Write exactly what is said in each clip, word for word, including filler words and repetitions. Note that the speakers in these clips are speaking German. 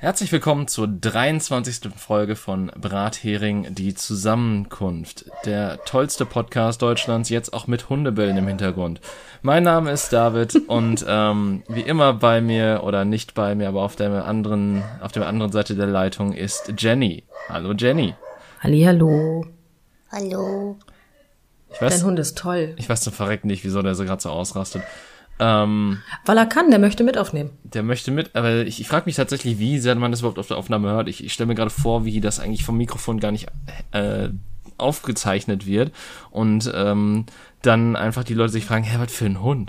Herzlich willkommen zur dreiundzwanzigsten Folge von Brathering, die Zusammenkunft. Der tollste Podcast Deutschlands, jetzt auch mit Hundebellen im Hintergrund. Mein Name ist David und ähm, wie immer bei mir, oder nicht bei mir, aber auf der anderen, auf der anderen Seite der Leitung ist Jenny. Hallo Jenny. Hallihallo. Hallo. Ich weiß, Dein Hund ist toll. Ich weiß zum Verrecken nicht, wieso der so gerade so ausrastet. Ähm, Weil er kann, der möchte mit aufnehmen. Der möchte mit, aber ich, ich frage mich tatsächlich, wie sehr man das überhaupt auf der Aufnahme hört. Ich, ich stelle mir gerade vor, wie das eigentlich vom Mikrofon gar nicht äh, aufgezeichnet wird und ähm, dann einfach die Leute sich fragen, hä, was für ein Hund?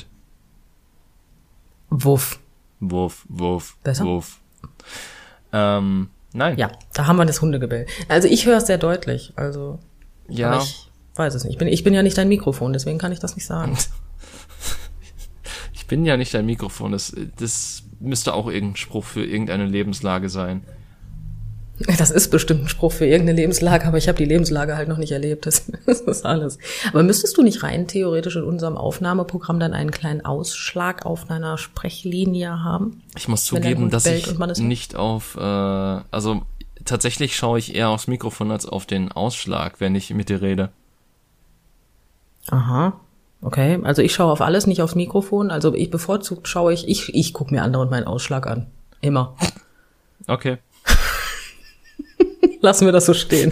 Wuff. Wuff, wuff, Besser? wuff. Ähm, nein. Ja, da haben wir das Hundegebell. Also ich höre es sehr deutlich, also Ja. aber ich weiß es nicht. Ich bin, ich bin ja nicht dein Mikrofon, deswegen kann ich das nicht sagen. Ich bin ja nicht dein Mikrofon, das, das müsste auch irgendein Spruch für irgendeine Lebenslage sein. Das ist bestimmt ein Spruch für irgendeine Lebenslage, aber ich habe die Lebenslage halt noch nicht erlebt. Das, das ist alles. Aber müsstest du nicht rein theoretisch in unserem Aufnahmeprogramm dann einen kleinen Ausschlag auf deiner Sprechlinie haben? Ich muss Wenn dein zugeben, Hund dass bellt ich und man es- nicht auf, äh, also tatsächlich schaue ich eher aufs Mikrofon als auf den Ausschlag, wenn ich mit dir rede. Aha. Okay, also ich schaue auf alles, nicht aufs Mikrofon. Also ich bevorzugt schaue ich, ich, ich gucke mir andauernd meinen Ausschlag an. Immer. Okay. Lassen wir das so stehen.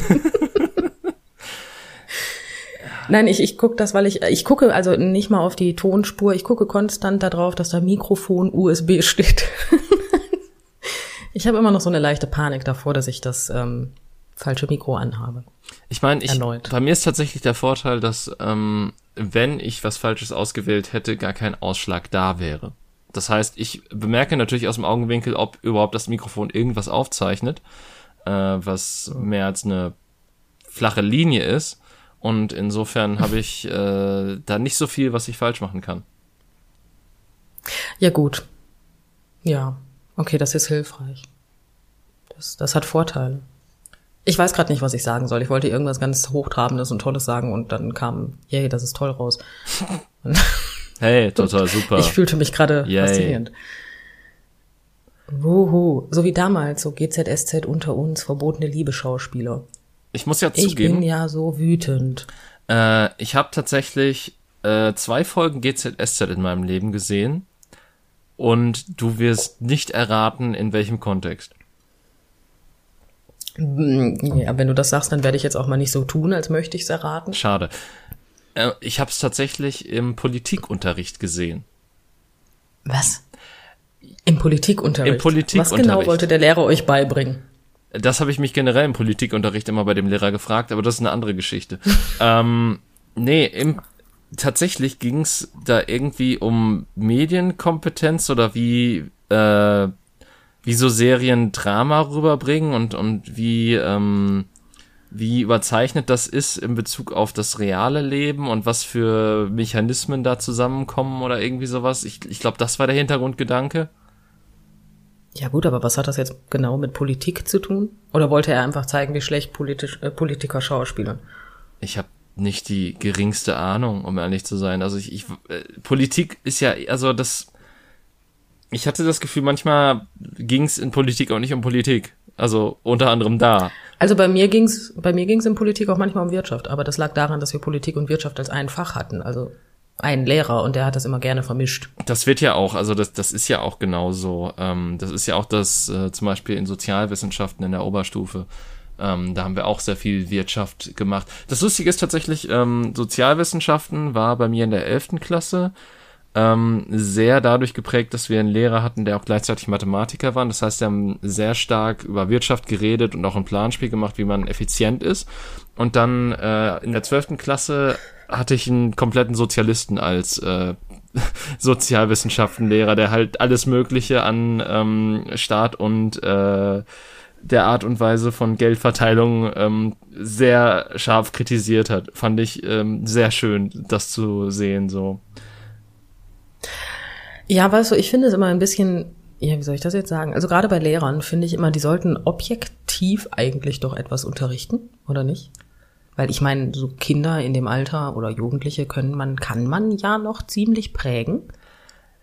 Nein, ich, ich gucke das, weil ich, ich gucke also nicht mal auf die Tonspur, ich gucke konstant darauf, dass da Mikrofon U S B steht. Ich habe immer noch so eine leichte Panik davor, dass ich das ähm, falsche Mikro anhabe. Ich meine, ich, Erneut. bei mir ist tatsächlich der Vorteil, dass ähm, wenn ich was Falsches ausgewählt hätte, gar kein Ausschlag da wäre. Das heißt, ich bemerke natürlich aus dem Augenwinkel, ob überhaupt das Mikrofon irgendwas aufzeichnet, äh, was mehr als eine flache Linie ist. Und insofern habe ich äh, da nicht so viel, was ich falsch machen kann. Ja gut. Ja, okay, das ist hilfreich. Das, das hat Vorteile. Ich weiß gerade nicht, was ich sagen soll. Ich wollte irgendwas ganz Hochtrabendes und Tolles sagen und dann kam, yay, das ist toll raus. Hey, total super. Ich fühlte mich gerade Yay. faszinierend. Wuhu. So wie damals, so G Z S Z unter uns, verbotene Liebe-Schauspieler. Ich muss ja Ich zugeben, bin ja so wütend. äh, ich habe tatsächlich äh, zwei Folgen G Z S Z in meinem Leben gesehen und du wirst nicht erraten, in welchem Kontext. Ja, wenn du das sagst, dann werde ich jetzt auch mal nicht so tun, als möchte ich es erraten. Schade. Äh, ich habe es tatsächlich im Politikunterricht gesehen. Was? Im Politikunterricht? Im Politikunterricht. Was genau wollte der Lehrer euch beibringen? Das habe ich mich generell im Politikunterricht immer bei dem Lehrer gefragt, aber das ist eine andere Geschichte. ähm, nee, im, tatsächlich ging es da irgendwie um Medienkompetenz oder wie äh, wie so Serien Drama rüberbringen und und wie ähm, wie überzeichnet das ist in Bezug auf das reale Leben und was für Mechanismen da zusammenkommen oder irgendwie sowas. Ich, ich glaube, das war der Hintergrundgedanke. Ja gut, aber was hat das jetzt genau mit Politik zu tun? Oder wollte er einfach zeigen, wie schlecht politisch, äh, Politiker schauspielern? Ich habe nicht die geringste Ahnung, um ehrlich zu sein. Also ich, ich äh, Politik ist ja, also das, ich hatte das Gefühl, manchmal ging es in Politik auch nicht um Politik. Also unter anderem da. Also bei mir ging's, bei mir ging's in Politik auch manchmal um Wirtschaft, aber das lag daran, dass wir Politik und Wirtschaft als ein Fach hatten, also einen Lehrer und der hat das immer gerne vermischt. Das wird ja auch, also das, das ist ja auch genauso. Ähm, das ist ja auch das, äh, zum Beispiel in Sozialwissenschaften in der Oberstufe. Ähm, da haben wir auch sehr viel Wirtschaft gemacht. Das Lustige ist tatsächlich, ähm, Sozialwissenschaften war bei mir in der elften Klasse ähm, sehr dadurch geprägt, dass wir einen Lehrer hatten, der auch gleichzeitig Mathematiker war. Das heißt, wir haben sehr stark über Wirtschaft geredet und auch ein Planspiel gemacht, wie man effizient ist. Und dann äh, in der zwölften Klasse hatte ich einen kompletten Sozialisten als äh, Sozialwissenschaftenlehrer, der halt alles Mögliche an ähm, Staat und äh, der Art und Weise von Geldverteilung ähm, sehr scharf kritisiert hat. Fand ich ähm, sehr schön, das zu sehen, so. Ja, weißt du, ich finde es immer ein bisschen, ja, wie soll ich das jetzt sagen? Also gerade bei Lehrern finde ich immer, die sollten objektiv eigentlich doch etwas unterrichten, oder nicht? Weil ich meine, so Kinder in dem Alter oder Jugendliche können man, kann man ja noch ziemlich prägen.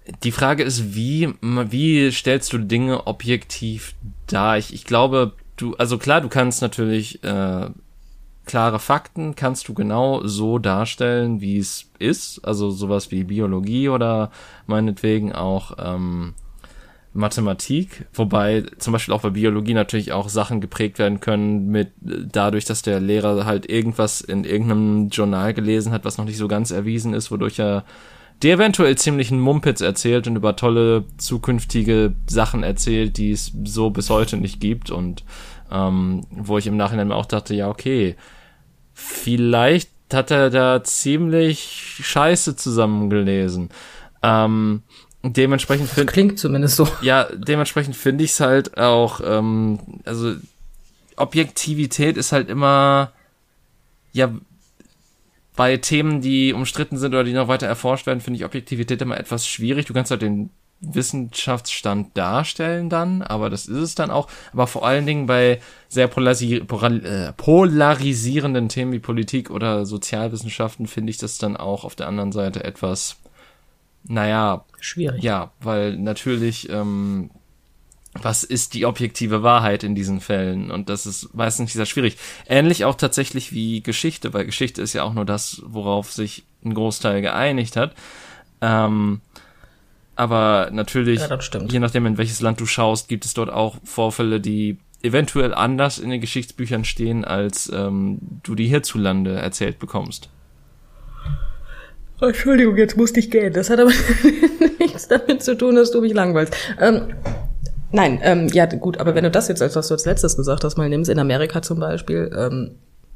Die Frage ist, wie, wie stellst du Dinge objektiv dar? Ich, ich glaube, du, also klar, du kannst natürlich äh, klare Fakten kannst du genau so darstellen, wie es ist. Also sowas wie Biologie oder meinetwegen auch ähm, Mathematik. Wobei zum Beispiel auch bei Biologie natürlich auch Sachen geprägt werden können mit dadurch, dass der Lehrer halt irgendwas in irgendeinem Journal gelesen hat, was noch nicht so ganz erwiesen ist, wodurch er der eventuell ziemlichen Mumpitz erzählt und über tolle zukünftige Sachen erzählt, die es so bis heute nicht gibt und ähm, wo ich im Nachhinein auch dachte, ja okay, vielleicht hat er da ziemlich Scheiße zusammengelesen. Ähm, dementsprechend finde klingt zumindest so. Ja, dementsprechend finde ich es halt auch, ähm, also Objektivität ist halt immer, ja, bei Themen, die umstritten sind oder die noch weiter erforscht werden, finde ich Objektivität immer etwas schwierig. Du kannst halt den Wissenschaftsstand darstellen dann, aber das ist es dann auch. Aber vor allen Dingen bei sehr polarisi- polar- äh, polarisierenden Themen wie Politik oder Sozialwissenschaften finde ich das dann auch auf der anderen Seite etwas, naja, schwierig. Ja, weil natürlich, ähm, was ist die objektive Wahrheit in diesen Fällen? Und das ist meistens sehr schwierig. Ähnlich auch tatsächlich wie Geschichte, weil Geschichte ist ja auch nur das, worauf sich ein Großteil geeinigt hat. Ähm, aber natürlich, ja, das stimmt. Je nachdem, in welches Land du schaust, gibt es dort auch Vorfälle, die eventuell anders in den Geschichtsbüchern stehen, als ähm, du die hierzulande erzählt bekommst. Oh, Entschuldigung, jetzt musste ich gehen. Das hat aber nichts damit zu tun, dass du mich langweilst. Ähm, nein, ähm, ja gut, aber wenn du das jetzt, als was du als letztes gesagt hast, mal nimmst, in Amerika zum Beispiel, ähm,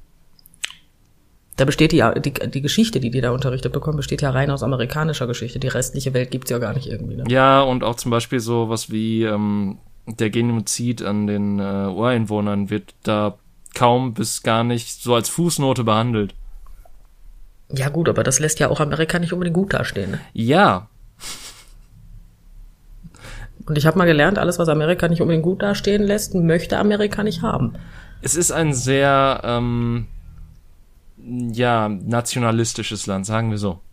da besteht die, die, die Geschichte, die die da unterrichtet bekommen, besteht ja rein aus amerikanischer Geschichte. Die restliche Welt gibt's ja gar nicht irgendwie. Ne? Ja, und auch zum Beispiel so was wie ähm, der Genozid an den äh, Ureinwohnern wird da kaum bis gar nicht so als Fußnote behandelt. Ja gut, aber das lässt ja auch Amerika nicht unbedingt gut dastehen. Ne? Ja. Und ich habe mal gelernt, alles, was Amerika nicht unbedingt gut dastehen lässt, möchte Amerika nicht haben. Es ist ein sehr, ähm, ja, nationalistisches Land, sagen wir so.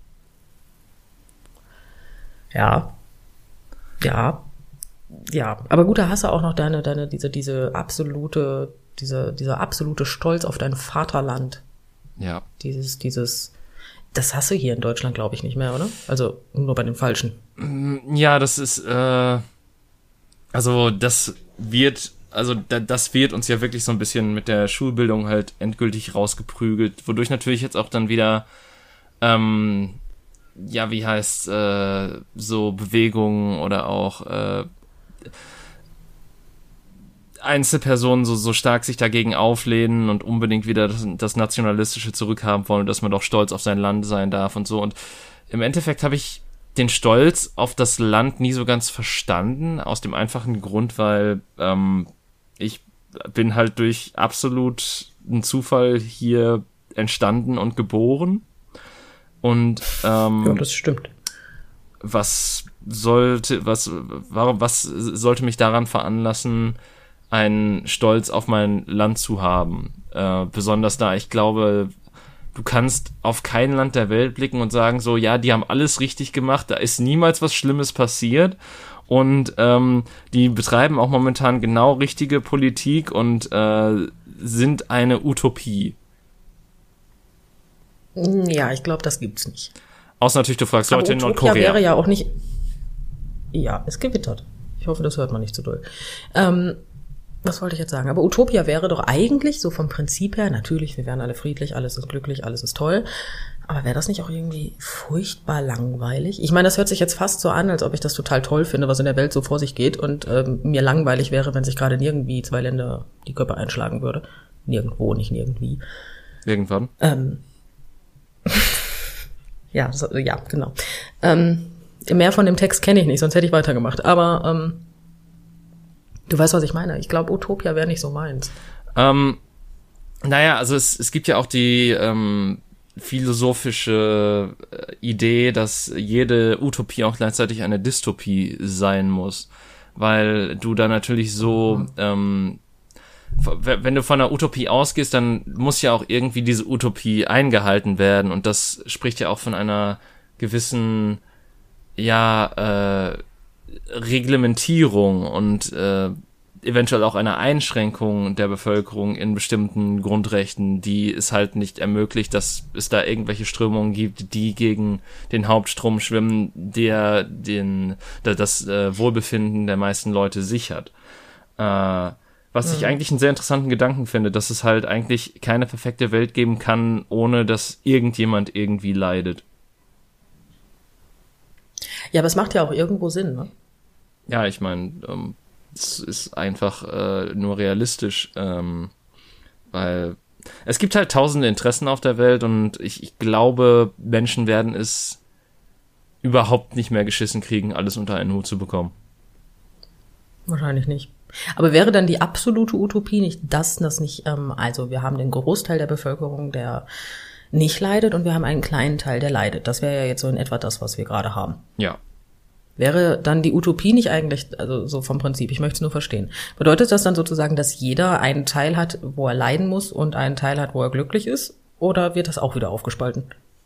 Ja. Ja. Ja. Aber gut, da hast du auch noch deine, deine, diese, diese absolute, diese, dieser absolute Stolz auf dein Vaterland. Ja. Dieses, dieses, das hast du hier in Deutschland, glaube ich, nicht mehr, oder? Also nur bei den Falschen. Ja, das ist, äh, also das wird, also da, das wird uns ja wirklich so ein bisschen mit der Schulbildung halt endgültig rausgeprügelt, wodurch natürlich jetzt auch dann wieder, ähm, ja, wie heißt, äh, so Bewegungen oder auch, äh, Einzelpersonen so, so stark sich dagegen auflehnen und unbedingt wieder das, das Nationalistische zurückhaben wollen, dass man doch stolz auf sein Land sein darf und so. Und im Endeffekt habe ich den Stolz auf das Land nie so ganz verstanden, aus dem einfachen Grund, weil ähm, ich bin halt durch absolut einen Zufall hier entstanden und geboren. Und ähm, ja, das stimmt. Was sollte, was, warum, was sollte mich daran veranlassen, einen Stolz auf mein Land zu haben. Äh, besonders da, ich glaube, du kannst auf kein Land der Welt blicken und sagen so, ja, die haben alles richtig gemacht, da ist niemals was Schlimmes passiert und ähm, die betreiben auch momentan genau richtige Politik und äh, sind eine Utopie. Ja, ich glaube, das gibt's nicht. Außer natürlich, du fragst Leute in Nordkorea. Nordkorea. Wäre ja auch nicht. Ja, es gewittert. Ich hoffe, das hört man nicht zu doll. Ähm, was wollte ich jetzt sagen? Aber Utopia wäre doch eigentlich so vom Prinzip her, natürlich, wir wären alle friedlich, alles ist glücklich, alles ist toll. Aber wäre das nicht auch irgendwie furchtbar langweilig? Ich meine, das hört sich jetzt fast so an, als ob ich das total toll finde, was in der Welt so vor sich geht und ähm, mir langweilig wäre, wenn sich gerade nirgendwie zwei Länder die Köpfe einschlagen würde. Nirgendwo, nicht nirgendwie. Irgendwann. Ähm. ja, so, ja, genau. Ähm, mehr von dem Text kenne ich nicht, sonst hätte ich weitergemacht. Aber ähm, du weißt, was ich meine. Ich glaube, Utopia wäre nicht so meins. Ähm, naja, also es, es gibt ja auch die ähm, philosophische Idee, dass jede Utopie auch gleichzeitig eine Dystopie sein muss. Weil du da natürlich so, mhm. ähm, wenn du von einer Utopie ausgehst, dann muss ja auch irgendwie diese Utopie eingehalten werden. Und das spricht ja auch von einer gewissen ja äh, Reglementierung und äh, eventuell auch eine Einschränkung der Bevölkerung in bestimmten Grundrechten, die es halt nicht ermöglicht, dass es da irgendwelche Strömungen gibt, die gegen den Hauptstrom schwimmen, der den der das äh, Wohlbefinden der meisten Leute sichert. Äh, was mhm. ich eigentlich einen sehr interessanten Gedanken finde, dass es halt eigentlich keine perfekte Welt geben kann, ohne dass irgendjemand irgendwie leidet. Ja, aber es macht ja auch irgendwo Sinn, ne? Ja, ich meine, ähm, es ist einfach äh, nur realistisch, ähm, weil es gibt halt tausende Interessen auf der Welt und ich, ich glaube, Menschen werden es überhaupt nicht mehr geschissen kriegen, alles unter einen Hut zu bekommen. Wahrscheinlich nicht. Aber wäre dann die absolute Utopie nicht das, das nicht, ähm, also wir haben den Großteil der Bevölkerung, der nicht leidet und wir haben einen kleinen Teil, der leidet. Das wäre ja jetzt so in etwa das, was wir gerade haben. Ja. Wäre dann die Utopie nicht eigentlich, also so vom Prinzip, ich möchte es nur verstehen. Bedeutet das dann sozusagen, dass jeder einen Teil hat, wo er leiden muss und einen Teil hat, wo er glücklich ist? Oder wird das auch wieder aufgespalten?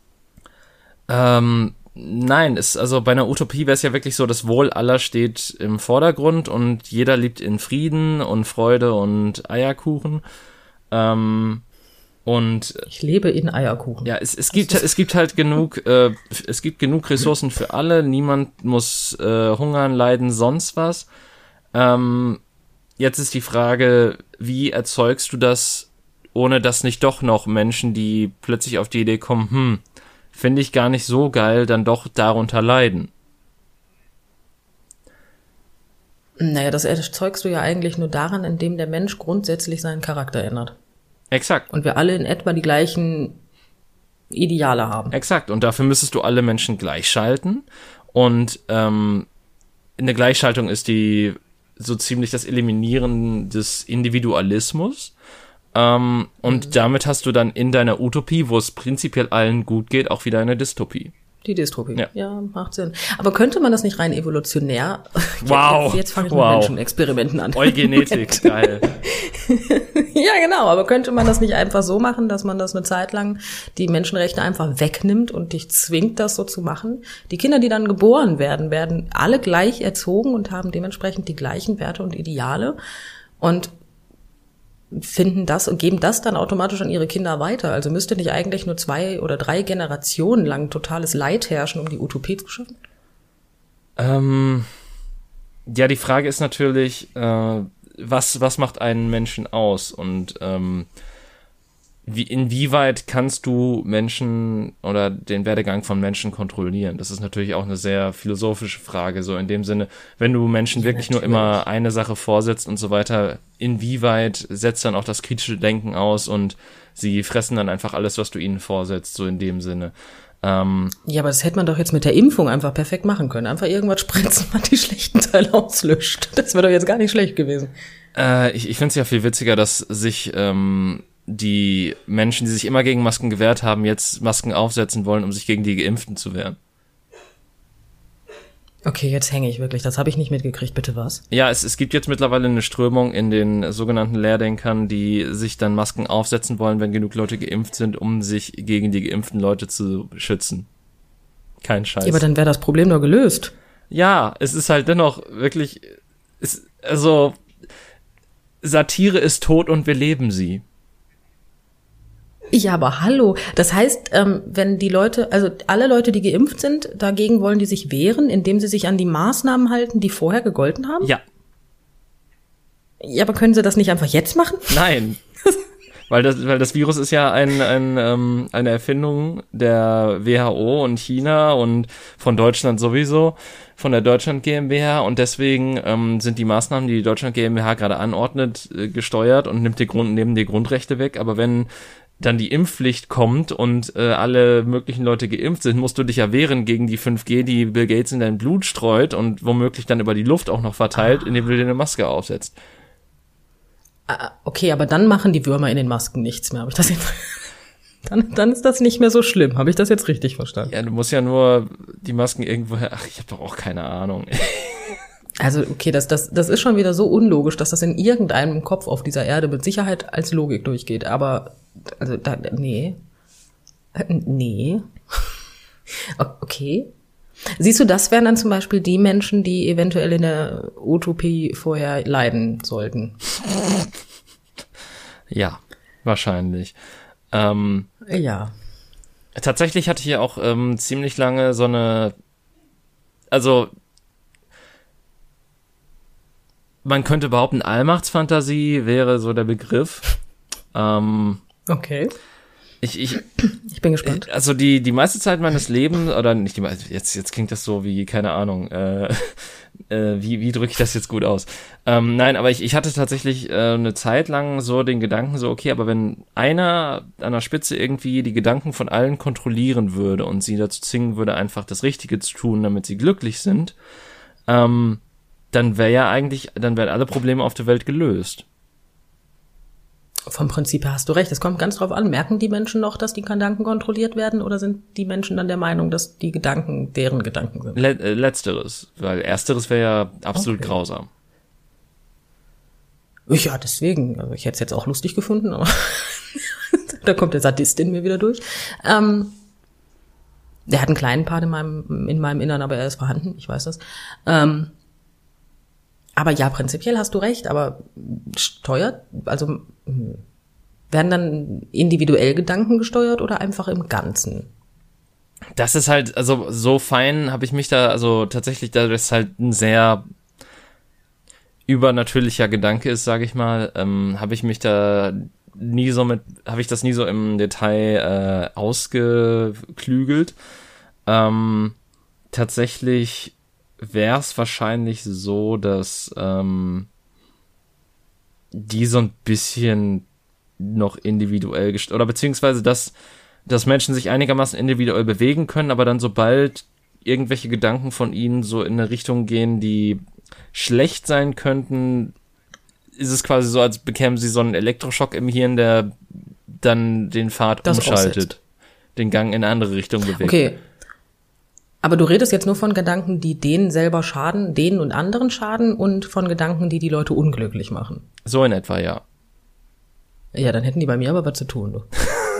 Ähm, nein, es, also bei einer Utopie wäre es ja wirklich so, das Wohl aller steht im Vordergrund und jeder lebt in Frieden und Freude und Eierkuchen. Ähm, Und ich lebe in Eierkuchen. Ja, es, es gibt es gibt halt genug äh, es gibt genug Ressourcen für alle. Niemand muss äh, hungern, leiden, sonst was. Ähm, jetzt ist die Frage, wie erzeugst du das, ohne dass nicht doch noch Menschen, die plötzlich auf die Idee kommen, hm, finde ich gar nicht so geil, dann doch darunter leiden? Naja, das erzeugst du ja eigentlich nur daran, indem der Mensch grundsätzlich seinen Charakter ändert. Exakt. Und wir alle in etwa die gleichen Ideale haben. Exakt. Und dafür müsstest du alle Menschen gleichschalten. Und ähm, eine Gleichschaltung ist die so ziemlich das Eliminieren des Individualismus. Ähm, und mhm. damit hast du dann in deiner Utopie, wo es prinzipiell allen gut geht, auch wieder eine Dystopie. Die Dystopie. Ja. ja, macht Sinn. Aber könnte man das nicht rein evolutionär? Wow. Jetzt, jetzt fange ich wow. mit Menschenexperimenten an. Eugenetik, geil. Ja, genau. Aber könnte man das nicht einfach so machen, dass man das eine Zeit lang die Menschenrechte einfach wegnimmt und dich zwingt, das so zu machen? Die Kinder, die dann geboren werden, werden alle gleich erzogen und haben dementsprechend die gleichen Werte und Ideale und finden das und geben das dann automatisch an ihre Kinder weiter. Also müsste nicht eigentlich nur zwei oder drei Generationen lang totales Leid herrschen, um die Utopie zu schaffen? Ähm, ja, die Frage ist natürlich, äh, was was macht einen Menschen aus und ähm, wie inwieweit kannst du Menschen oder den Werdegang von Menschen kontrollieren? Das ist natürlich auch eine sehr philosophische Frage, so in dem Sinne, wenn du Menschen wirklich natürlich. nur immer eine Sache vorsetzt und so weiter, inwieweit setzt dann auch das kritische Denken aus und sie fressen dann einfach alles, was du ihnen vorsetzt, so in dem Sinne. Ähm, ja, aber das hätte man doch jetzt mit der Impfung einfach perfekt machen können. Einfach irgendwas spritzen, was die schlechten Teile auslöscht. Das wäre doch jetzt gar nicht schlecht gewesen. Äh, ich ich finde es ja viel witziger, dass sich ähm, die Menschen, die sich immer gegen Masken gewehrt haben, jetzt Masken aufsetzen wollen, um sich gegen die Geimpften zu wehren. Okay, jetzt hänge ich wirklich. Das habe ich nicht mitgekriegt. Bitte was? Ja, es, es gibt jetzt mittlerweile eine Strömung in den sogenannten Lehrdenkern, die sich dann Masken aufsetzen wollen, wenn genug Leute geimpft sind, um sich gegen die geimpften Leute zu schützen. Kein Scheiß. Ja, aber dann wäre das Problem doch gelöst. Ja, es ist halt dennoch wirklich, es, also Satire ist tot und wir leben sie. Ja, aber hallo. Das heißt, ähm, wenn die Leute, also alle Leute, die geimpft sind, dagegen wollen die sich wehren, indem sie sich an die Maßnahmen halten, die vorher gegolten haben? Ja. Ja, aber können sie das nicht einfach jetzt machen? Nein. Weil das, weil das Virus ist ja ein, ein, ähm, eine Erfindung der W H O und China und von Deutschland sowieso, von der Deutschland GmbH und deswegen ähm, sind die Maßnahmen, die die Deutschland GmbH gerade anordnet, äh, gesteuert und nimmt die Grund, nehmen die Grundrechte weg. Aber wenn dann die Impfpflicht kommt und äh, alle möglichen Leute geimpft sind, musst du dich ja wehren gegen die fünf G, die Bill Gates in dein Blut streut und womöglich dann über die Luft auch noch verteilt, ah. indem du dir eine Maske aufsetzt. Okay, aber dann machen die Würmer in den Masken nichts mehr. Habe ich das jetzt? Dann, dann ist das nicht mehr so schlimm. Habe ich das jetzt richtig verstanden? Ja, du musst ja nur die Masken irgendwo her. Ach, ich habe doch auch keine Ahnung. Also okay, das, das, das ist schon wieder so unlogisch, dass das in irgendeinem Kopf auf dieser Erde mit Sicherheit als Logik durchgeht. Aber also da, nee, nee, okay. Siehst du, das wären dann zum Beispiel die Menschen, die eventuell in der Utopie vorher leiden sollten. Ja, wahrscheinlich. Ähm, ja. Tatsächlich hatte ich ja auch ähm, ziemlich lange so eine, also man könnte behaupten, Allmachtsfantasie wäre so der Begriff. Ähm, okay. Ich, ich, ich bin gespannt. Also die die meiste Zeit meines Lebens, oder nicht die meiste, jetzt jetzt klingt das so wie, keine Ahnung, äh, äh, wie wie drücke ich das jetzt gut aus? Ähm, nein, aber ich ich hatte tatsächlich äh, eine Zeit lang so den Gedanken so, okay, aber wenn einer an der Spitze irgendwie die Gedanken von allen kontrollieren würde und sie dazu zwingen würde, einfach das Richtige zu tun, damit sie glücklich sind, ähm, dann wäre ja eigentlich, dann wären alle Probleme auf der Welt gelöst. Vom Prinzip her hast du recht. Es kommt ganz drauf an. Merken die Menschen noch, dass die Gedanken kontrolliert werden, oder sind die Menschen dann der Meinung, dass die Gedanken deren Gedanken sind? Le- äh, Letzteres, weil Ersteres wäre ja absolut okay. grausam. Ja, deswegen. Also ich hätte es jetzt auch lustig gefunden, aber da kommt der Sadist in mir wieder durch. Ähm, der hat einen kleinen Part in meinem, in meinem Innern, aber er ist vorhanden. Ich weiß das. Ähm, Aber ja, prinzipiell hast du recht, aber steuert, also werden dann individuell Gedanken gesteuert oder einfach im Ganzen? Das ist halt, also so fein habe ich mich da, also tatsächlich, da das halt ein sehr übernatürlicher Gedanke ist, sage ich mal, ähm, habe ich mich da nie so mit, habe ich das nie so im Detail äh, ausgeklügelt. Ähm, tatsächlich wäre es wahrscheinlich so, dass ähm, die so ein bisschen noch individuell gest- oder beziehungsweise dass, dass Menschen sich einigermaßen individuell bewegen können, aber dann sobald irgendwelche Gedanken von ihnen so in eine Richtung gehen, die schlecht sein könnten, ist es quasi so, als bekämen sie so einen Elektroschock im Hirn, der dann den Pfad das umschaltet, aussetzt. Den Gang in eine andere Richtung bewegt. Okay. Aber du redest jetzt nur von Gedanken, die denen selber schaden, denen und anderen schaden, und von Gedanken, die die Leute unglücklich machen. So in etwa, ja. Ja, dann hätten die bei mir aber was zu tun, du.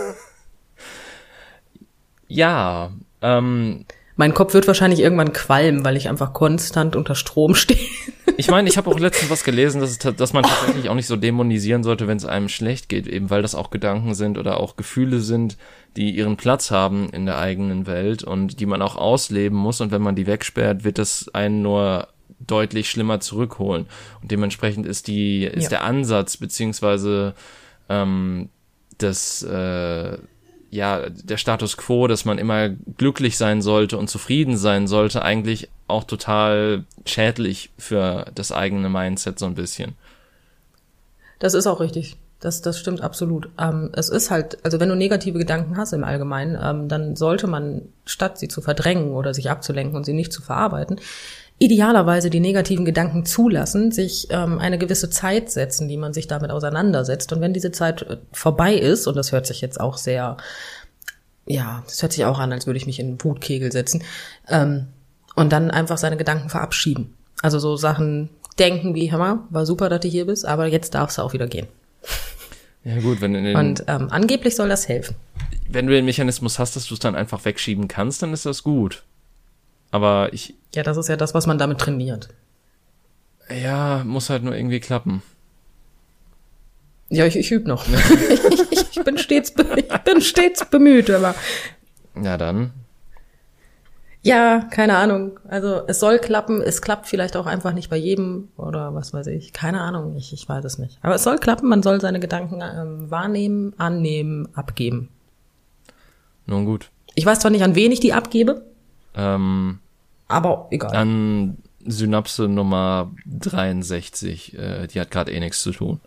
Ja, ähm... Mein Kopf wird wahrscheinlich irgendwann qualmen, weil ich einfach konstant unter Strom stehe. Ich meine, ich habe auch letztens was gelesen, dass, es, dass man tatsächlich auch nicht so dämonisieren sollte, wenn es einem schlecht geht, eben weil das auch Gedanken sind oder auch Gefühle sind, die ihren Platz haben in der eigenen Welt und die man auch ausleben muss, und wenn man die wegsperrt, wird das einen nur deutlich schlimmer zurückholen. Und dementsprechend ist die ist ja. der Ansatz beziehungsweise ähm, das äh, ja, der Status quo, dass man immer glücklich sein sollte und zufrieden sein sollte, eigentlich auch total schädlich für das eigene Mindset so ein bisschen. Das ist auch richtig. Das, das stimmt absolut. Ähm, es ist halt, also wenn du negative Gedanken hast im Allgemeinen, ähm, dann sollte man, statt sie zu verdrängen oder sich abzulenken und sie nicht zu verarbeiten, idealerweise die negativen Gedanken zulassen, sich ähm, eine gewisse Zeit setzen, die man sich damit auseinandersetzt. Und wenn diese Zeit äh, vorbei ist, und das hört sich jetzt auch sehr, ja, das hört sich auch an, als würde ich mich in einen Wutkegel setzen, ähm, und dann einfach seine Gedanken verabschieden. Also so Sachen denken wie, hör mal, war super, dass du hier bist, aber jetzt darfst du auch wieder gehen. Ja gut, wenn in den, und ähm, angeblich soll das helfen. Wenn du den Mechanismus hast, dass du es dann einfach wegschieben kannst, dann ist das gut. Aber ich... Ja, das ist ja das, was man damit trainiert. Ja, muss halt nur irgendwie klappen. Ja, ich, ich übe noch. ich, ich, bin stets, ich bin stets bemüht, aber... Ja, dann... Ja, keine Ahnung. Also es soll klappen, es klappt vielleicht auch einfach nicht bei jedem oder was weiß ich. Keine Ahnung, ich, ich weiß es nicht. Aber es soll klappen, man soll seine Gedanken ähm, wahrnehmen, annehmen, abgeben. Nun gut. Ich weiß zwar nicht, an wen ich die abgebe, ähm, aber egal. An Synapse Nummer dreiundsechzig, äh, die hat gerade eh nichts zu tun.